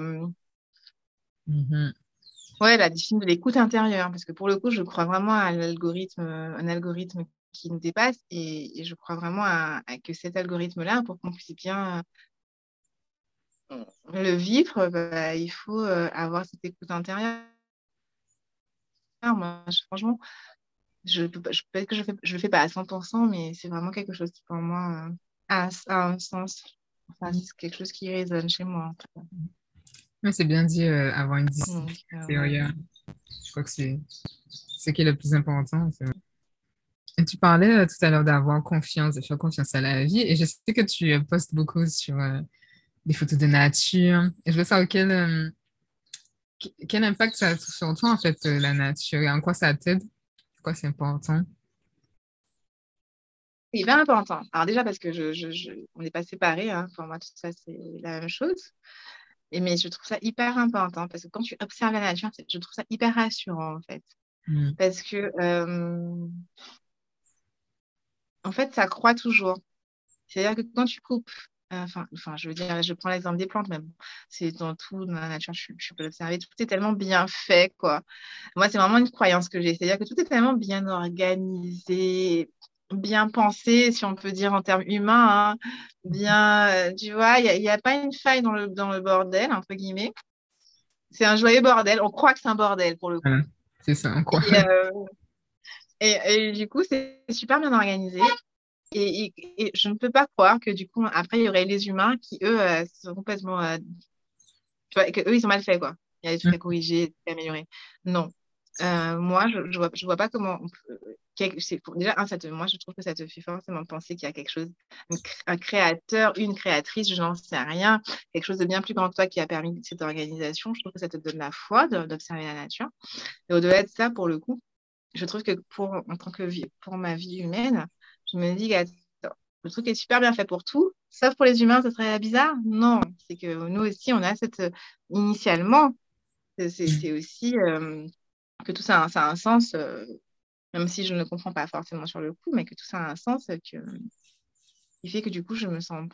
Mhm. ouais, la discipline de l'écoute intérieure. Parce que pour le coup, je crois vraiment à l'algorithme, un algorithme qui nous dépasse et je crois vraiment à que cet algorithme-là, pour qu'on puisse bien le vivre, bah, il faut avoir cette écoute intérieure. Moi, franchement, peut-être que je le fais pas à 100%, mais c'est vraiment quelque chose qui, pour moi, a un sens. Enfin, c'est quelque chose qui résonne chez moi, en tout cas. Mais c'est bien dit, avoir une discipline Donc, voilà. intérieure. Je crois que c'est ce qui est le plus important. Et tu parlais tout à l'heure d'avoir confiance, de faire confiance à la vie. Et je sais que tu postes beaucoup sur des photos de nature. Et je veux savoir quel impact ça a sur toi, en fait, la nature, et en quoi ça t'aide, pourquoi c'est important. C'est hyper important. Alors déjà parce que on n'est pas séparés, hein. Pour moi, tout ça, c'est la même chose. Mais je trouve ça hyper important parce que quand tu observes la nature, je trouve ça hyper rassurant, en fait. Mm. Parce que, en fait, ça croît toujours. C'est-à-dire que quand tu coupes, je veux dire, je prends l'exemple des plantes, mais bon, c'est dans tout, dans la nature, je peux l'observer, tout est tellement bien fait, quoi. Moi, c'est vraiment une croyance que j'ai. C'est-à-dire que tout est tellement bien organisé, bien pensé, si on peut dire en termes humains, hein. Bien, tu vois, il y a pas une faille dans le bordel, entre guillemets. C'est un joyeux bordel. On croit que c'est un bordel, pour le coup. Voilà. C'est ça, en quoi. Et, et du coup, c'est super bien organisé. Et je ne peux pas croire que du coup, après, il y aurait les humains qui, eux, sont complètement. Tu vois, que eux, ils ont mal fait, quoi. Il y a des trucs à corriger, des trucs à améliorer. Non. Moi, je vois pas comment on peut. Déjà, moi, je trouve que ça te fait forcément penser qu'il y a quelque chose, un créateur, une créatrice, je n'en sais rien, quelque chose de bien plus grand que toi qui a permis cette organisation. Je trouve que ça te donne la foi d'observer la nature. Et au-delà de ça, pour le coup, je trouve que en tant que pour ma vie humaine, je me dis que le truc est super bien fait pour tout, sauf pour les humains, ce serait bizarre. Non, c'est que nous aussi, on a initialement, c'est aussi que tout ça a un sens, même si je ne comprends pas forcément sur le coup, mais que tout ça a un sens qui fait que du coup, je me sens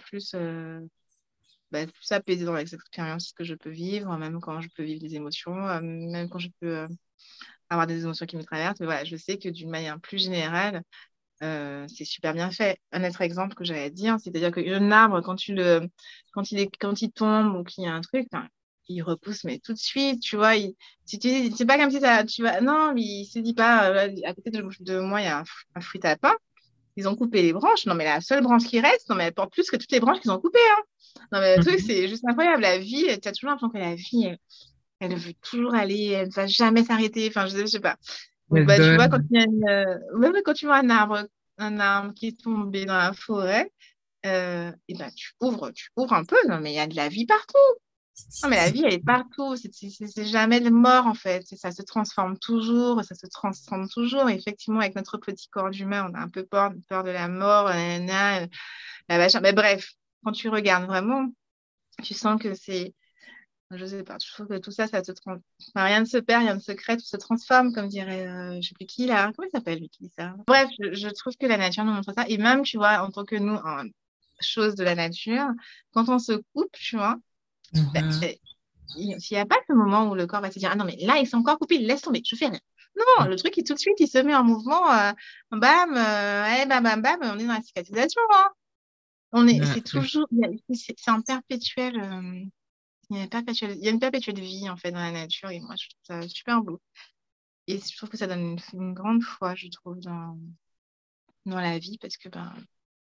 plus apaisée dans les expériences que je peux vivre, même quand je peux vivre des émotions, même quand je peux avoir des émotions qui me traversent. Mais voilà, je sais que d'une manière plus générale, c'est super bien fait. Un autre exemple que j'allais dire, c'est-à-dire qu'un arbre, quand il tombe ou qu'il y a un truc, enfin, il repousse, mais tout de suite, tu vois, c'est pas comme si tu vas, non, mais il se dit pas, à côté de moi, il y a un fruit à pain. Ils ont coupé les branches. Non, mais la seule branche qui reste, non, mais elle porte plus que toutes les branches qu'ils ont coupées, hein. Non, mais le truc, Mhm. c'est juste incroyable. La vie, tu as toujours l'impression que la vie, elle veut toujours aller, elle ne va jamais s'arrêter. Enfin, je sais pas. Donc, Elle tu vois, donne. même quand tu vois un arbre qui est tombé dans la forêt, et ben, tu ouvres un peu. Non, mais il y a de la vie partout. Non, mais la vie, elle est partout. C'est jamais le mort, en fait. Ça se transforme toujours, ça se transforme toujours. Et effectivement, avec notre petit corps d'humain, on a un peu peur de la mort, la machin. Mais bref, quand tu regardes vraiment, tu sens que c'est. Je sais pas, je trouve que tout ça, ça se transforme. Enfin, rien ne se perd, rien ne se crée, tout se transforme, comme dirait, je sais plus qui là. Comment il s'appelle lui qui dit ça? Bref, je trouve que la nature nous montre ça. Et même, tu vois, en tant que nous, en chose de la nature, quand on se coupe, tu vois, ben, Mhm. il n'y a pas ce moment où le corps va se dire, ah non, mais là, il s'est encore coupé, laisse tomber, je fais rien. Non, le truc, tout de suite, il se met en mouvement, bam, allez, bam, bam, bam, on est dans la cicatrisation, hein. C'est Ouais. toujours, c'est en perpétuel, il y a une perpétuelle vie, en fait, dans la nature, et moi, je trouve ça super beau. Et je trouve que ça donne une grande foi, je trouve, dans la vie, parce que, ben,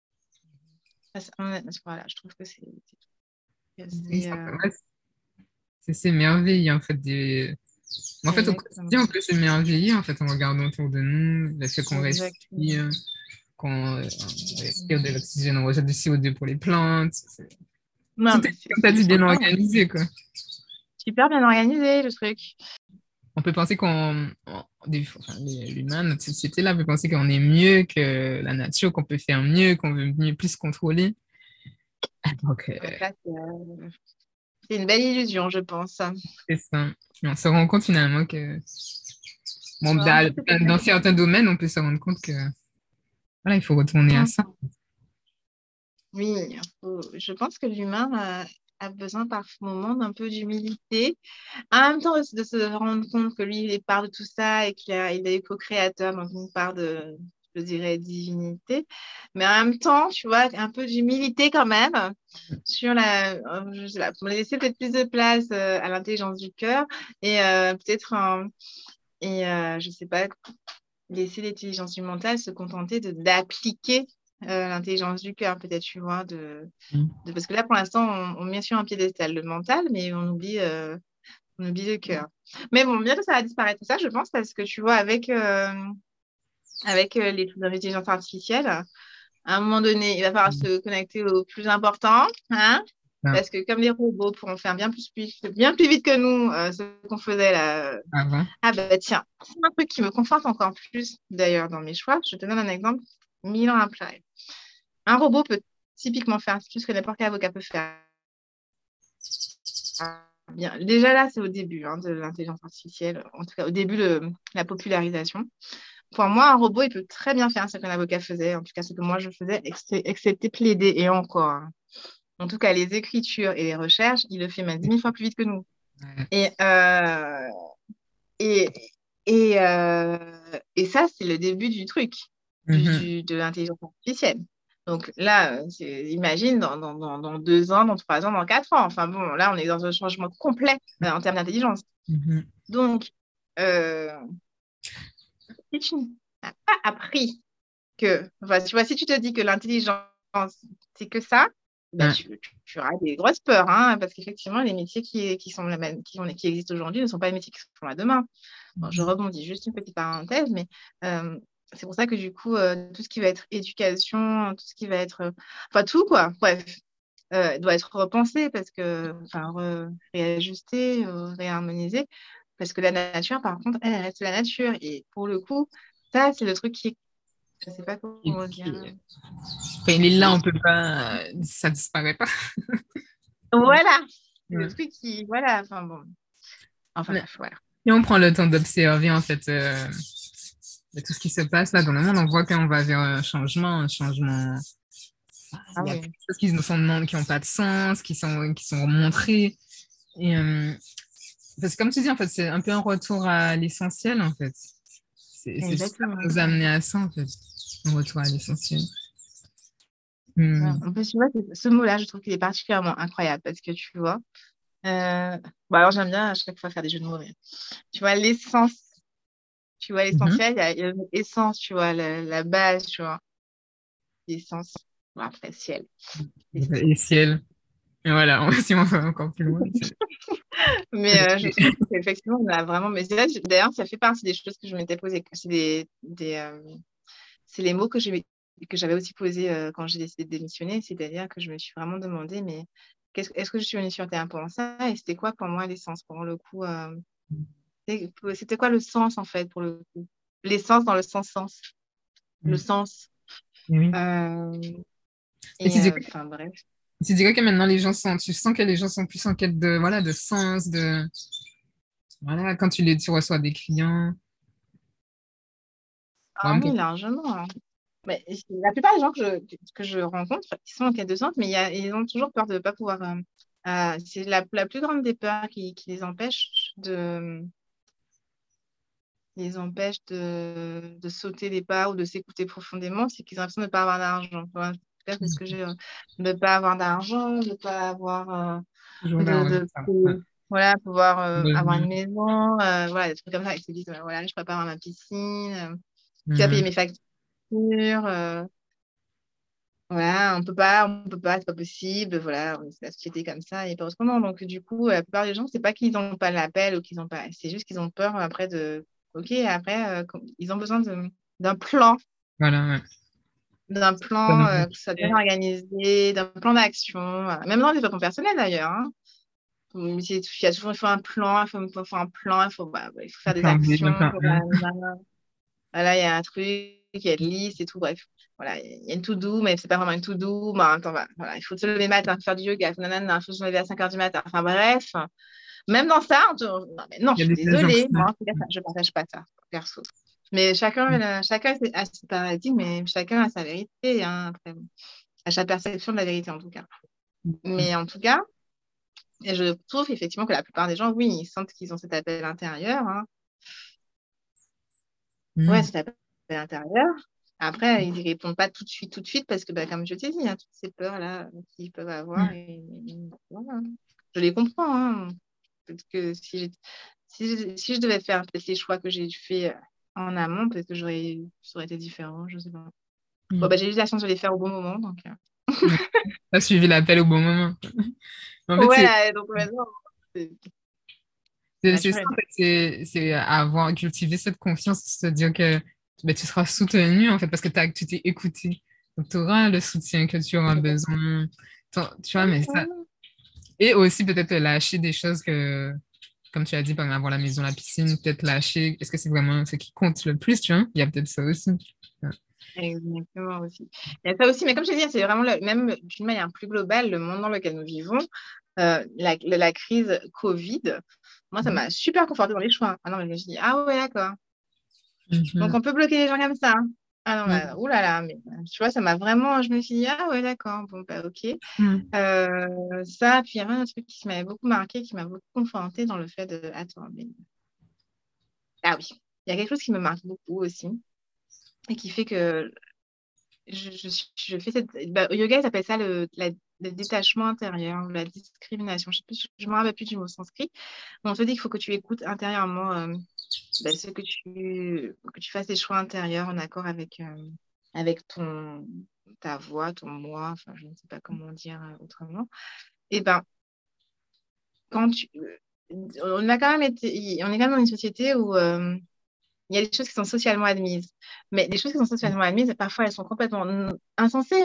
voilà, je trouve que Oui, c'est, ouais, c'est merveilleux, en fait. En fait, au exactement, quotidien, on peut s'émerveiller, en fait, en regardant autour de nous, le fait qu'on exactement. respire, qu'on respire de l'oxygène, on rejette du CO2 pour les plantes. Non, Tout mais est, comme tu as dit, c'est bien incroyable. organisé, quoi. Super bien organisé, le truc. On peut penser enfin, l'humain, notre société là, peut penser qu'on est mieux que la nature, qu'on peut faire mieux, qu'on veut mieux, plus contrôler. Donc, Donc là, c'est une belle illusion, je pense. c'est ça. Et on se rend compte finalement que, bon, On peut que dans certains domaines, on peut se rendre compte que, voilà, il faut retourner à ça. oui, je pense que l'humain a besoin par moment d'un peu d'humilité. En même temps, aussi de se rendre compte que lui, il est part de tout ça et il est co-créateur, donc une part de, je dirais, divinité. Mais en même temps, tu vois, un peu d'humilité quand même sur je sais pas, pour laisser peut-être plus de place à l'intelligence du cœur et peut-être, je sais pas, laisser l'intelligence du mental se contenter d'appliquer l'intelligence du cœur, peut-être, tu vois, parce que là, pour l'instant, on met sur un piédestal le mental, mais on oublie le cœur. Mais bon, bientôt, ça va disparaître tout ça, je pense, parce que tu vois, avec les trucs d'intelligence artificielle, à un moment donné, il va falloir se connecter au plus important, hein, Enfin, parce que comme les robots pourront faire bien plus vite que nous ce qu'on faisait là. avant. Ah bah tiens, c'est un truc qui me conforte encore plus d'ailleurs dans mes choix. Je te donne un exemple 1000 ans après. Un robot peut typiquement faire tout ce que n'importe quel avocat peut faire. Bien. Déjà là, c'est au début de l'intelligence artificielle, en tout cas au début de la popularisation. Pour moi, un robot, il peut très bien faire ce qu'un avocat faisait, en tout cas ce que moi je faisais, excepté plaider et encore, hein. En tout cas, les écritures et les recherches, il le fait même 10 000 fois plus vite que nous. Ouais. Et, et, et ça, c'est le début du truc, Mhm. de l'intelligence artificielle. Donc là, imagine dans 2 ans, dans 3 ans, dans 4 ans. Enfin bon, là, on est dans un changement complet en termes d'intelligence. Mhm. Donc, euh, si tu n'as pas appris enfin, tu vois, si tu te dis que l'intelligence, c'est que ça, bah, Ouais. tu auras des grosses peurs, hein, parce qu'effectivement, les métiers qui sont la même, qui existent aujourd'hui ne sont pas les métiers qui seront là demain. Bon, je rebondis juste une petite parenthèse, mais euh, c'est pour ça que du coup, tout ce qui va être éducation, tout ce qui va être, enfin tout quoi, bref, doit être repensé parce que, enfin, réajusté, réharmonisé, parce que la nature, par contre, elle reste la nature. Et pour le coup, ça, c'est le truc je sais pas comment dire. Enfin, il est là, on peut pas, ça disparaît pas. Voilà, c'est le Ouais. truc voilà, enfin bon, enfin Ouais. bref, voilà. Et on prend le temps d'observer en fait tout ce qui se passe là dans le monde, on voit qu'on va vers un changement. Ah Il y a plein oui, de choses qui nous sont demandées, qui n'ont pas de sens, qui sont montrées. Et parce que comme tu dis, en fait, c'est un peu un retour à l'essentiel, en fait. C'est juste ça exactement. pour nous amener à ça, en fait. Un retour à l'essentiel. Ouais, Hmm. en plus, tu vois, ce mot-là, je trouve qu'il est particulièrement incroyable parce que tu vois, bon, alors j'aime bien à chaque fois faire des jeux de mots, mais tu vois, l'essence, tu vois, Mhm. l'essentiel, il y a l'essence, tu vois, la base, tu vois, l'essence, bon, après, ciel, Et ciel. Et voilà, si on va encore plus loin. Mais je trouve qu'effectivement, on a vraiment. Mais d'ailleurs, ça fait partie des choses que je m'étais posées. C'est c'est les mots que j'avais aussi posés quand j'ai décidé de démissionner. C'est-à-dire que je me suis vraiment demandé, mais est-ce que je suis venue sur Terre pour ça? Et c'était quoi pour moi l'essence? Pour le coup, c'était quoi le sens en fait pour le coup? L'essence dans le sens, le sens. Oui. Euh, Et enfin bref. tu dirais que maintenant tu sens que les gens sont plus en quête de, voilà, de sens, voilà, quand tu reçois des clients. Ah oui, largement, hein. Mais la plupart des gens que je rencontre, ils sont en quête de sens, mais ils ont toujours peur de ne pas pouvoir. C'est la plus grande des peurs qui les empêche de sauter les pas ou de s'écouter profondément, c'est qu'ils ont l'impression de ne pas avoir d'argent. Enfin, en tout cas, c'est ce que j'ai. De ne pas avoir d'argent, de ne pas avoir. Toujours là, ouais, ça. Ouais. Voilà, pouvoir avoir une maison, voilà, des trucs comme ça. Ils se disent, voilà, je prépare ma piscine, tu vas payer mes factures. Voilà, on peut pas, c'est pas possible, voilà, c'est la société comme ça et pas autrement. Donc, du coup, la plupart des gens, c'est pas qu'ils n'ont pas l'appel ou qu'ils ont pas, c'est juste qu'ils ont peur après ok, après, ils ont besoin d'un plan, Voilà, ouais. que ça soit bien organisé, d'un plan d'action, même dans le développement personnel d'ailleurs, hein. Il faut un plan, il faut un plan, il faut faire des actions. Voilà, il y a un truc, il y a une liste et tout, bref. Voilà, il y a une to-do, mais c'est pas vraiment une to-do. Mais en même temps, voilà, il faut se lever le matin, faire du yoga, il faut se lever à 5 h du matin. Enfin bref, même dans ça, non, je suis désolée. Moi, en tout cas, je ne partage pas ça, perso. Mais chacun a ses paradigmes, mais chacun a sa vérité, hein, après, à sa perception de la vérité, en tout cas. Mais en tout cas, et je trouve effectivement que la plupart des gens, oui, ils sentent qu'ils ont cet appel intérieur. Hein. Ouais, cet appel intérieur. Après, ils n'y répondent pas tout de suite, parce que, comme je t'ai dit, hein, toutes ces peurs-là qu'ils peuvent avoir, et voilà. Je les comprends. Hein. Peut-être que si je devais faire peut-être les choix que j'ai fait en amont, peut-être que ça aurait été différent, je ne sais pas. Bon, j'ai eu la chance de les faire au bon moment. Donc, Tu as suivi l'appel au bon moment. En fait, voilà, donc maintenant, c'est ça, en fait, c'est avoir cultivé cette confiance, se dire que tu seras soutenu, en fait, parce que tu t'es écouté. Donc, tu auras le soutien que tu auras besoin. Tu vois, mais ça. Et aussi, peut-être lâcher des choses que, comme tu as dit, par exemple, avoir la maison, la piscine, peut-être lâcher. Est-ce que c'est vraiment ce qui compte le plus, tu vois? Il y a peut-être ça aussi. Ouais. Exactement aussi. Il y a ça aussi, mais comme je l'ai dit, c'est vraiment même d'une manière plus globale, le monde dans lequel nous vivons, la crise Covid, moi, ça m'a super conforté dans les choix. Ah non, mais je me suis dit, ah ouais, d'accord. Donc, on peut bloquer les gens comme ça. Hein. Ah non, oulala, mais tu vois, ça m'a vraiment, je me suis dit, ah ouais, d'accord, bon, ok. Ça, puis il y avait un truc qui m'avait beaucoup marqué, qui m'a beaucoup conforté dans le fait de, attends, mais... Ah oui, il y a quelque chose qui me marque beaucoup aussi, et qui fait que je fais cette... au yoga, ils appellent ça le détachement intérieur, la discrimination. Je me rappelle plus du mot sanskrit. On te dit qu'il faut que tu écoutes intérieurement que tu fasses des choix intérieurs en accord avec ta voix, ton moi, enfin, je ne sais pas comment dire autrement. Et quand on a quand même on est quand même dans une société où il y a des choses qui sont socialement admises. Mais les choses qui sont socialement admises, parfois, elles sont complètement insensées.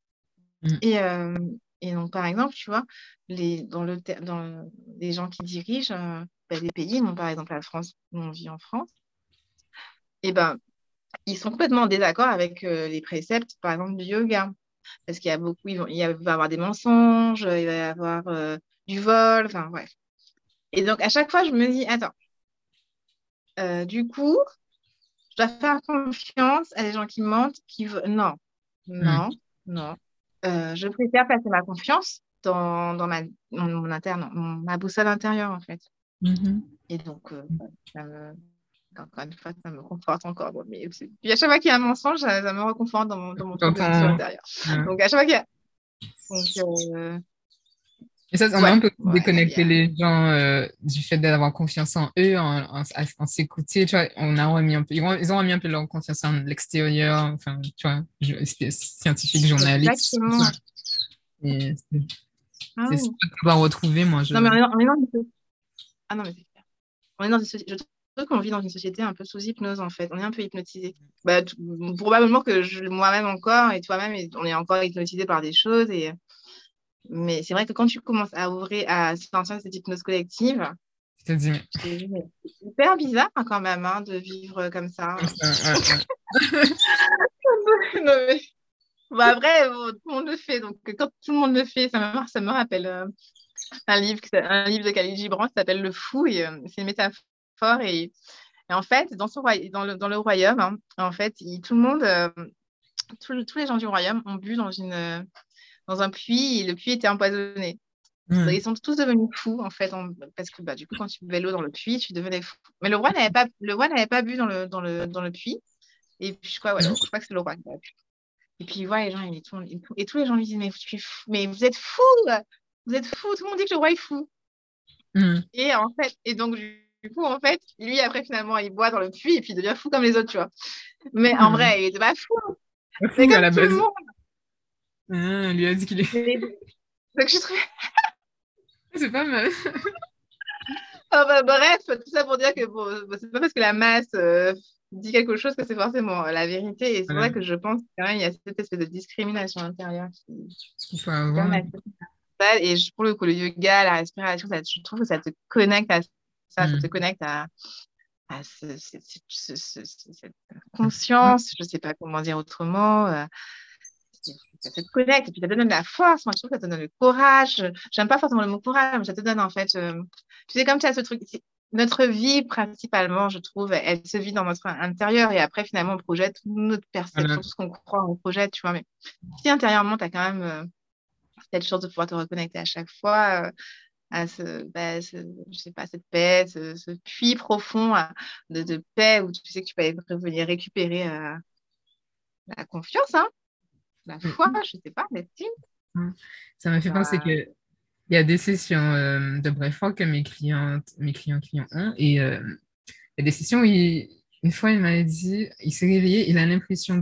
Et donc, par exemple, tu vois, dans les gens qui dirigent des pays, donc, par exemple la France, où on vit en France, et ils sont complètement en désaccord avec les préceptes, par exemple, du yoga. Parce qu'il y a beaucoup, il va y avoir des mensonges, il va y avoir du vol, enfin, bref. Et donc, à chaque fois, je me dis, attends, du coup, je dois faire confiance à des gens qui mentent, Non, non, non. Je préfère placer ma confiance dans ma boussole intérieure, en fait. Et donc, encore une fois, ça me conforte encore. Bon, mais puis à chaque fois qu'il y a un mensonge, ça me reconforte dans mon truc de boussole intérieure. Donc, à chaque fois qu'il y a... Donc, et ça, on a un peu déconnecté les gens du fait d'avoir confiance en eux, en s'écouter, tu vois. On a remis un peu, ils ont remis un peu leur confiance en l'extérieur, enfin, tu vois, scientifique, journaliste. Exactement. Et c'est ça qu'on doit retrouver, moi. Non, mais on est dans une... Ah non, mais c'est clair. On est dans une société... Je trouve qu'on vit dans une société un peu sous hypnose, en fait. On est un peu hypnotisé. Probablement que moi-même encore, et toi-même, on est encore hypnotisé par des choses. Mais c'est vrai que quand tu commences à sentir cette hypnose collective, Je te dis, mais je te dis, mais c'est hyper bizarre quand même de vivre comme ça. comme ça, ouais. Non, mais... Bon, après, tout le monde le fait. Donc, quand tout le monde le fait, ça me rappelle un livre de Khalil Gibran qui s'appelle Le Fou. Et, c'est une métaphore. Et en fait, dans le royaume, hein, en fait, tout le monde, tous les gens du royaume ont bu dans un puits et le puits était empoisonné. Donc, ils sont tous devenus fous, en fait, parce que du coup, quand tu buvais l'eau dans le puits, tu devenais fou. Mais le roi n'avait pas bu dans le puits. Et puis, je crois que c'est le roi qui a bu. Et puis, il voit les gens, et tous les gens lui disent, mais tu es fou, mais vous êtes fou, tout le monde dit que le roi est fou. Et en fait, et donc, du coup, en fait, lui, après, finalement, il boit dans le puits et puis il devient fou comme les autres, tu vois. Mais en vrai, il n'était pas fou. Pas C'est fou à comme la tout le base. monde. Il lui a dit qu'il est. Donc, je trouve... C'est pas mal. bref, tout ça pour dire que bon, c'est pas parce que la masse dit quelque chose que c'est forcément la vérité. Et c'est Voilà. vrai que je pense qu'il y a cette espèce de discrimination intérieure Il faut qui avoir. permet ça. Et pour le coup, le yoga, la respiration, je trouve que ça te connecte à ça, ça te connecte à cette conscience, je sais pas comment dire autrement. Ça te connecte et puis ça te donne la force. Moi, je trouve que ça te donne le courage. J'aime pas forcément le mot courage, mais ça te donne en fait. Tu sais, comme tu as ce truc, notre vie principalement, je trouve, elle se vit dans notre intérieur et après, finalement, on projette notre perception, Voilà. tout ce qu'on croit, on projette, tu vois. Mais si intérieurement, tu as quand même cette chance de pouvoir te reconnecter à chaque fois à je sais pas, cette paix, ce puits profond de paix où tu sais que tu peux revenir récupérer la confiance, hein, la foi, je sais pas, l'estime. Ça m'a fait penser que il y a des sessions de breathwork que mes clients ont. Et il y a des sessions où une fois, il m'avait dit, il s'est réveillé, il a l'impression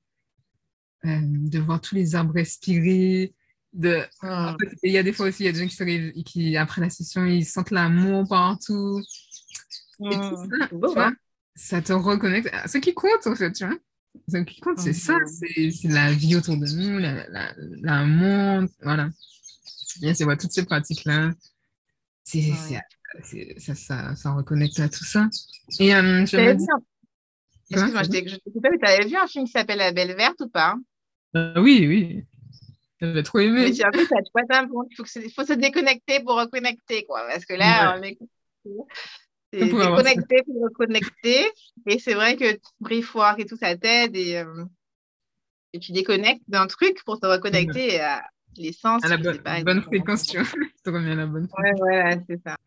de voir tous les arbres respirer. En fait, il y a des fois aussi, il y a des gens qui se réveillent, qui, après la session, ils sentent l'amour partout. Et tout ça, C'est beau, tu vois, hein. ça te reconnecte à ce qui compte, en fait, tu vois. Ce qui compte, c'est ça, c'est la vie autour de nous, l'amour, voilà. Bien, c'est toutes ces pratiques-là. Ouais. Ça reconnecte à tout ça. Et je me T'avais vu dis, quoi, Excuse-moi, je t'ai coupé, mais t'avais vu un film qui s'appelle La Belle Verte ou pas? Oui, oui, j'avais trop Mais aimé. c'est un peu ça, tu vois, il faut se déconnecter pour reconnecter, quoi. Parce que là, Ouais, on est on c'est pouvait avoir ça. déconnecté pour reconnecter. Et c'est vrai que Briefwork et tout, ça t'aide et tu déconnectes d'un truc pour te Ouais. reconnecter à À l'essence, la je sais pas bonne exactement fréquence, comment. tu vois. Ça revient à la bonne Ouais, fréquence. voilà, c'est ça.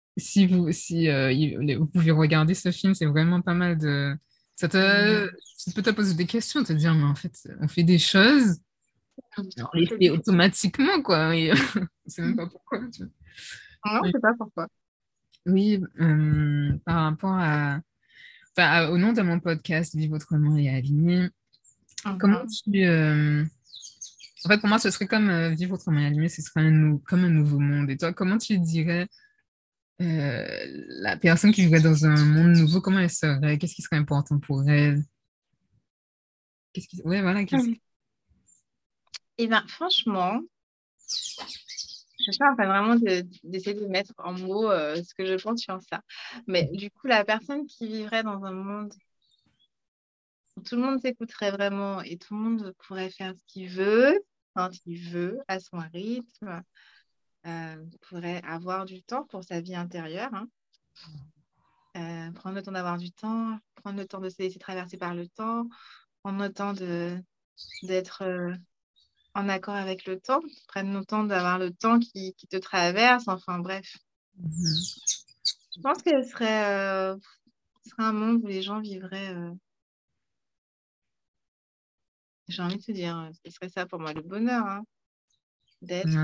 Si vous pouvez regarder ce film, c'est vraiment pas mal de. Mhm. Ça peut te poser des questions, te dire, mais en fait, on fait des choses, on les C'est fait différent. automatiquement, quoi. Et on sait même pas pourquoi, tu vois. Non, je Oui, sais pas pourquoi. oui, par rapport au nom de mon podcast, Vivre autrement et aligné, comment Mhm. en fait, pour moi, ce serait comme vivre autrement et aligné, ce serait comme un nouveau monde. Et toi, comment tu dirais la personne qui vivrait dans un monde nouveau, comment elle serait? Qu'est-ce qui serait important pour elle? Ouais, voilà, Et ben, franchement, je suis en train vraiment d'essayer de mettre en mots ce que je pense sur ça. Mais du coup, la personne qui vivrait dans un monde où tout le monde s'écouterait vraiment et tout le monde pourrait faire ce qu'il veut, quand il veut, à son rythme, pourrait avoir du temps pour sa vie intérieure, hein. Prendre le temps d'avoir du temps, prendre le temps de se laisser traverser par le temps, prendre le temps d'être en accord avec le temps, prendre le temps d'avoir le temps qui te traverse, enfin bref. Je pense que ce serait un monde où les gens vivraient, j'ai envie de te dire, ce serait ça pour moi le bonheur, hein, d'être, Ouais,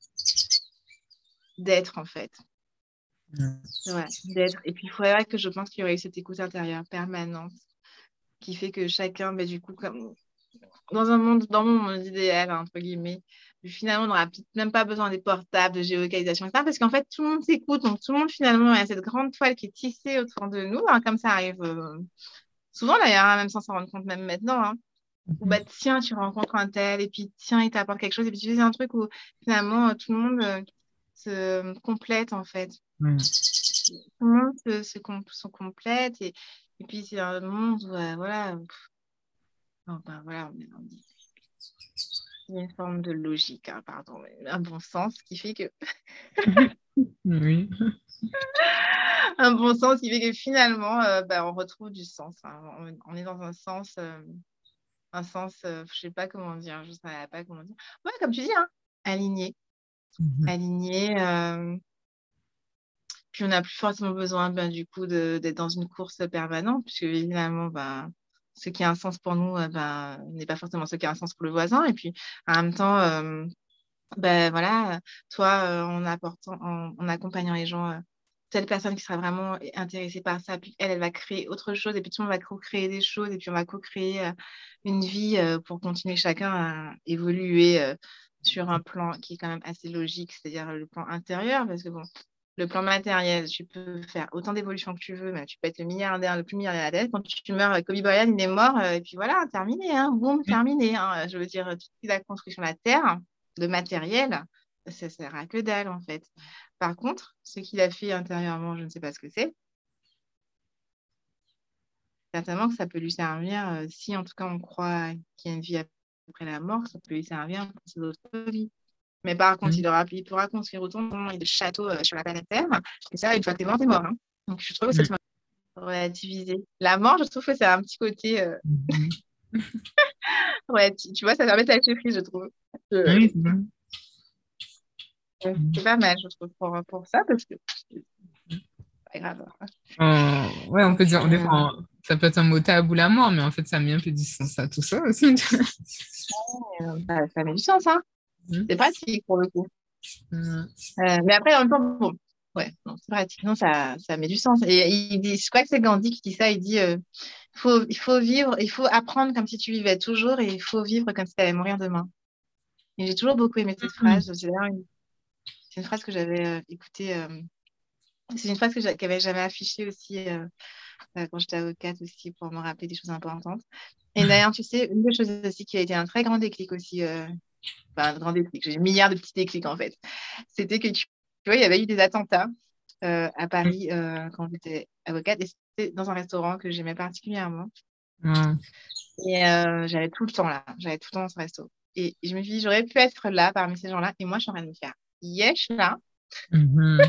d'être en fait. ouais. Ouais, d'être. Et puis il faudrait que je pense qu'il y aurait eu cette écoute intérieure permanente qui fait que chacun, mais du coup, comme dans mon monde idéal, entre guillemets, finalement, on n'aura peut-être même pas besoin des portables, de géolocalisation, etc. Parce qu'en fait, tout le monde s'écoute. Donc, tout le monde, finalement, il y a cette grande toile qui est tissée autour de nous, hein, comme ça arrive souvent, d'ailleurs, hein, même sans s'en rendre compte, même maintenant, hein. Ou bah tiens, tu rencontres un tel, et puis tiens, il t'apporte quelque chose, et puis tu fais un truc où finalement tout le monde se complète en fait. Ouais. Tout le monde se complète, et puis c'est un monde où voilà, enfin, voilà, il y a une forme de logique, hein, pardon, mais un bon sens qui fait que Oui. un bon sens qui fait que finalement bah, on retrouve du sens, hein. On est dans un sens, je sais pas comment dire, je sais pas comment dire. Ouais, comme tu dis, hein, aligné, Mhm. aligné. Puis on n'a plus forcément besoin ben, du coup d'être dans une course permanente, puisque évidemment, ben, ce qui a un sens pour nous ben, n'est pas forcément ce qui a un sens pour le voisin. Et puis en même temps, ben, voilà, toi, en accompagnant les gens, telle personne qui sera vraiment intéressée par ça, puis elle va créer autre chose, et puis tout le monde va co-créer des choses, et puis on va co-créer une vie pour continuer chacun à évoluer sur un plan qui est quand même assez logique, c'est-à-dire le plan intérieur, parce que bon, le plan matériel, tu peux faire autant d'évolutions que tu veux, mais tu peux être le milliardaire, le plus milliardaire de la Terre. Quand tu meurs, Kobe Bryant, il est mort, et puis voilà, terminé, hein, boum, terminé, hein. Je veux dire, toute la construction de la Terre, de matériel, ça sert à que dalle, en fait. Par contre, ce qu'il a fait intérieurement, je ne sais pas ce que c'est. Certainement que ça peut lui servir, si en tout cas on croit qu'il y a une vie après la mort, ça peut lui servir pour ses autres vies. Mais par contre, Mhm. il pourra construire autant de châteaux sur la planète Terre. Et ça, une fois que t'es mort, hein. Donc, je trouve que c'est relativiser. La mort, je trouve que c'est un petit côté. Mhm. Ouais, tu vois, ça permet de lâcher prise, je trouve. Oui, c'est vrai. C'est pas mal, je trouve, pour ça, parce que c'est pas grave. Ouais, on peut dire, des Euh, fois, ça peut être un mot tabou la mort, mais en fait, ça met un peu du sens à tout ça aussi. ça met du sens, hein. Mhm. C'est pratique pour le coup. Mhm. Mais après, en même temps, bon, ouais, non, c'est pratique. Non, ça met du sens. Et il dit, je crois que c'est Gandhi qui dit ça. Il dit, il faut vivre, il faut apprendre comme si tu vivais toujours et il faut vivre comme si tu allais mourir demain. Et j'ai toujours beaucoup aimé cette phrase. C'est une phrase que j'avais écoutée. C'est une phrase que qu'avait jamais affichée aussi quand j'étais avocate aussi pour me rappeler des choses importantes. Et d'ailleurs, tu sais, une des choses aussi qui a été un très grand déclic aussi, enfin, un grand déclic, j'ai milliards de petits déclics en fait, c'était que tu vois, il y avait eu des attentats à Paris quand j'étais avocate et c'était dans un restaurant que j'aimais particulièrement. Ouais. Et j'allais tout le temps là, j'allais tout le temps dans ce resto. Et je me suis dit, j'aurais pu être là parmi ces gens-là et moi, je suis en train de me faire yesh là. Mhm.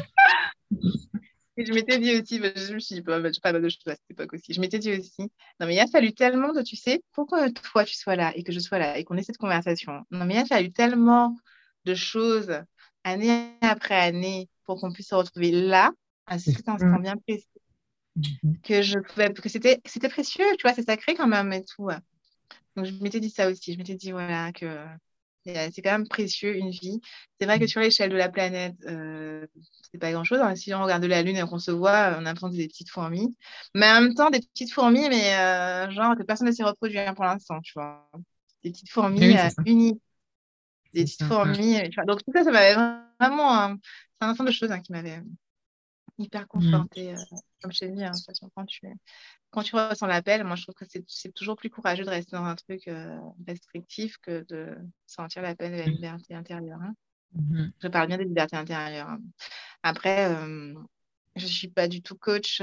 Et je m'étais dit aussi, bah, je me suis dit, bah, j'ai pas mal de choses à cette époque aussi. Je m'étais dit aussi, non, mais il a fallu tellement de, tu sais, pourquoi toi tu sois là et que je sois là et qu'on ait cette conversation. Non, mais il a fallu tellement de choses, année après année, pour qu'on puisse se retrouver là, à cet instant bien précis, Mhm. que c'était précieux, tu vois, c'est sacré quand même et tout. Donc, je m'étais dit ça aussi. Je m'étais dit, voilà, que c'est quand même précieux, une vie. C'est vrai que sur l'échelle de la planète, c'est pas grand-chose, hein. Si on regarde la Lune et qu'on se voit, on a l'impression des petites fourmis. Mais en même temps, des petites fourmis, mais genre que personne ne s'est reproduit hein, pour l'instant, tu vois. Des petites Mais fourmis oui, c'est ça. uniques. Des C'est petites ça. Ouais. fourmis, tu vois. Donc, tout ça, ça m'avait vraiment... c'est un ensemble de choses hein, qui m'avait hyper Mhm. confortée. Comme je t'ai dit, hein, de toute façon, quand tu ressens l'appel, moi, je trouve que c'est toujours plus courageux de rester dans un truc restrictif que de sentir l'appel de la liberté intérieure, hein. Mhm. Je parle bien des libertés intérieures, hein. Après, je ne suis pas du tout coach.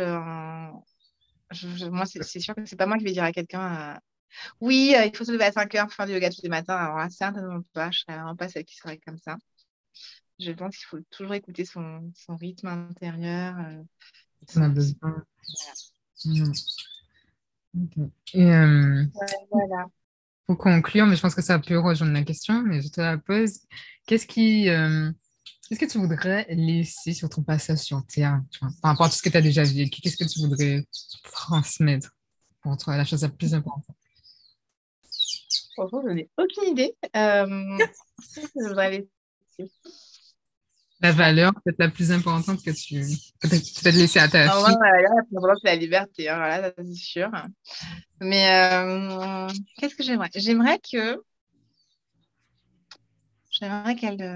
Moi, c'est sûr que c'est pas moi qui vais dire à quelqu'un oui, il faut se lever à 5 heures pour faire du yoga tous les matins. Alors là, certainement pas. Je ne serais vraiment pas celle qui serait comme ça. Je pense qu'il faut toujours écouter son rythme intérieur. On a Son- son- besoin. voilà. Mhm. Ok. Et Ouais, voilà. pour conclure, mais je pense que ça peut rejoindre la question, mais je te la pose. Qu'est-ce que tu voudrais laisser sur ton passage sur Terre, tu vois, par rapport à tout ce que tu as déjà vécu? Qu'est-ce que tu voudrais transmettre pour toi, la chose la plus importante? Franchement, je n'ai aucune idée. Qu'est-ce que je voudrais laisser. La valeur peut-être la plus importante que tu peut-être laisser à ta Alors, moi, fille. voilà, la plus importante, c'est la liberté, hein, voilà, ça, c'est sûr. Mais qu'est-ce que j'aimerais? J'aimerais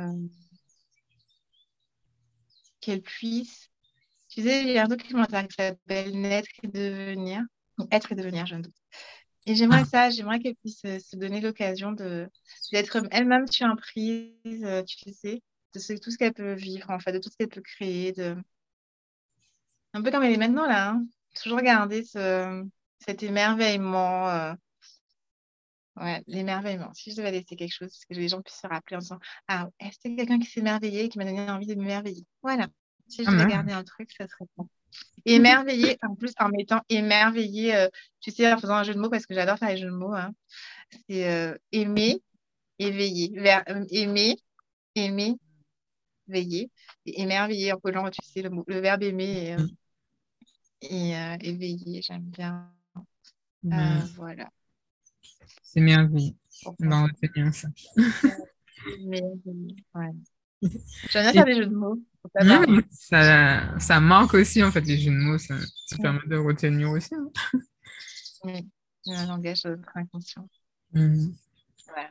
qu'elle puisse. Tu sais, il y a un documentaire qui s'appelle Naître et devenir. Ou Être et devenir, je ne doute. Et j'aimerais qu'elle puisse se donner l'occasion d'être elle-même surprise, tu sais, tout ce qu'elle peut vivre, en fait, de tout ce qu'elle peut créer, un peu comme elle est maintenant là, hein. Toujours garder cet émerveillement, ouais, l'émerveillement. Si je devais laisser quelque chose, c'est que les gens puissent se rappeler en disant, ah, c'est quelqu'un qui s'est émerveillé et qui m'a donné envie de m'émerveiller. Voilà. Si je Ah, devais mince. garder un truc, ça serait ça. Émerveillé, en plus, en mettant émerveillé, tu sais, en faisant un jeu de mots, parce que j'adore faire les jeux de mots, hein. C'est aimer, éveiller. Aimer, aimer, veiller. Et émerveiller en collant, tu sais, le verbe aimer et éveiller, j'aime bien. Voilà. C'est merveilleux. Pour On va retenir ça. émerveiller, ouais. J'aime bien Et faire des jeux de mots. Faut pas marrer. ça marque aussi, en fait, les jeux de mots. Ça permet de retenir aussi, hein. Oui, c'est un langage de notre inconscient. Mm. Voilà.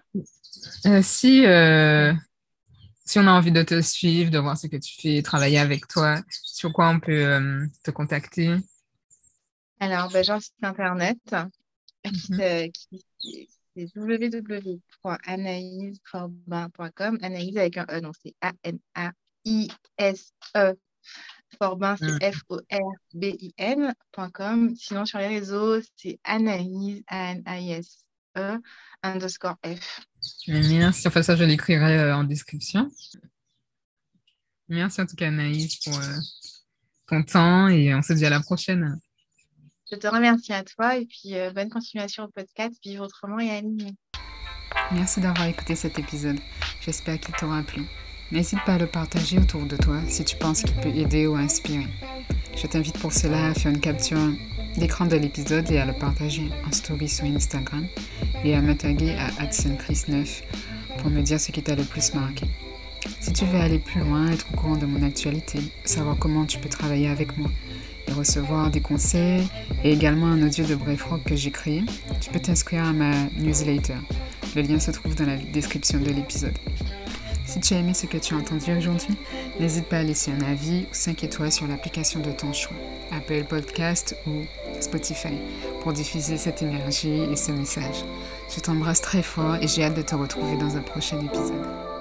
Si on a envie de te suivre, de voir ce que tu fais, travailler avec toi, sur quoi on peut te contacter? Alors, j'ai un site internet Mhm. c'est www.anaïsforbin.com. Anaïs avec un E, donc c'est Anaïse. Forbin, c'est Mm. FORBIN.com. Sinon, sur les réseaux, c'est Anaïs, ANAISE, _F. Merci. Enfin, ça, je l'écrirai en description. Merci en tout cas, Anaïs, pour ton temps et on se dit à la prochaine. Je te remercie à toi et puis bonne continuation au podcast Vivre autrement et aligné. Merci d'avoir écouté cet épisode. J'espère qu'il t'aura plu. N'hésite pas à le partager autour de toi si tu penses qu'il peut aider ou inspirer. Je t'invite pour cela à faire une capture d'écran de l'épisode et à le partager en story sur Instagram et à me taguer à @chris9 pour me dire ce qui t'a le plus marqué. Si tu veux aller plus loin, être au courant de mon actualité, savoir comment tu peux travailler avec moi et recevoir des conseils et également un audio de Brave Rock que j'ai créé, tu peux t'inscrire à ma newsletter. Le lien se trouve dans la description de l'épisode. Si tu as aimé ce que tu as entendu aujourd'hui, n'hésite pas à laisser un avis ou 5 étoiles sur l'application de ton choix, Apple Podcast ou Spotify, pour diffuser cette énergie et ce message. Je t'embrasse très fort et j'ai hâte de te retrouver dans un prochain épisode.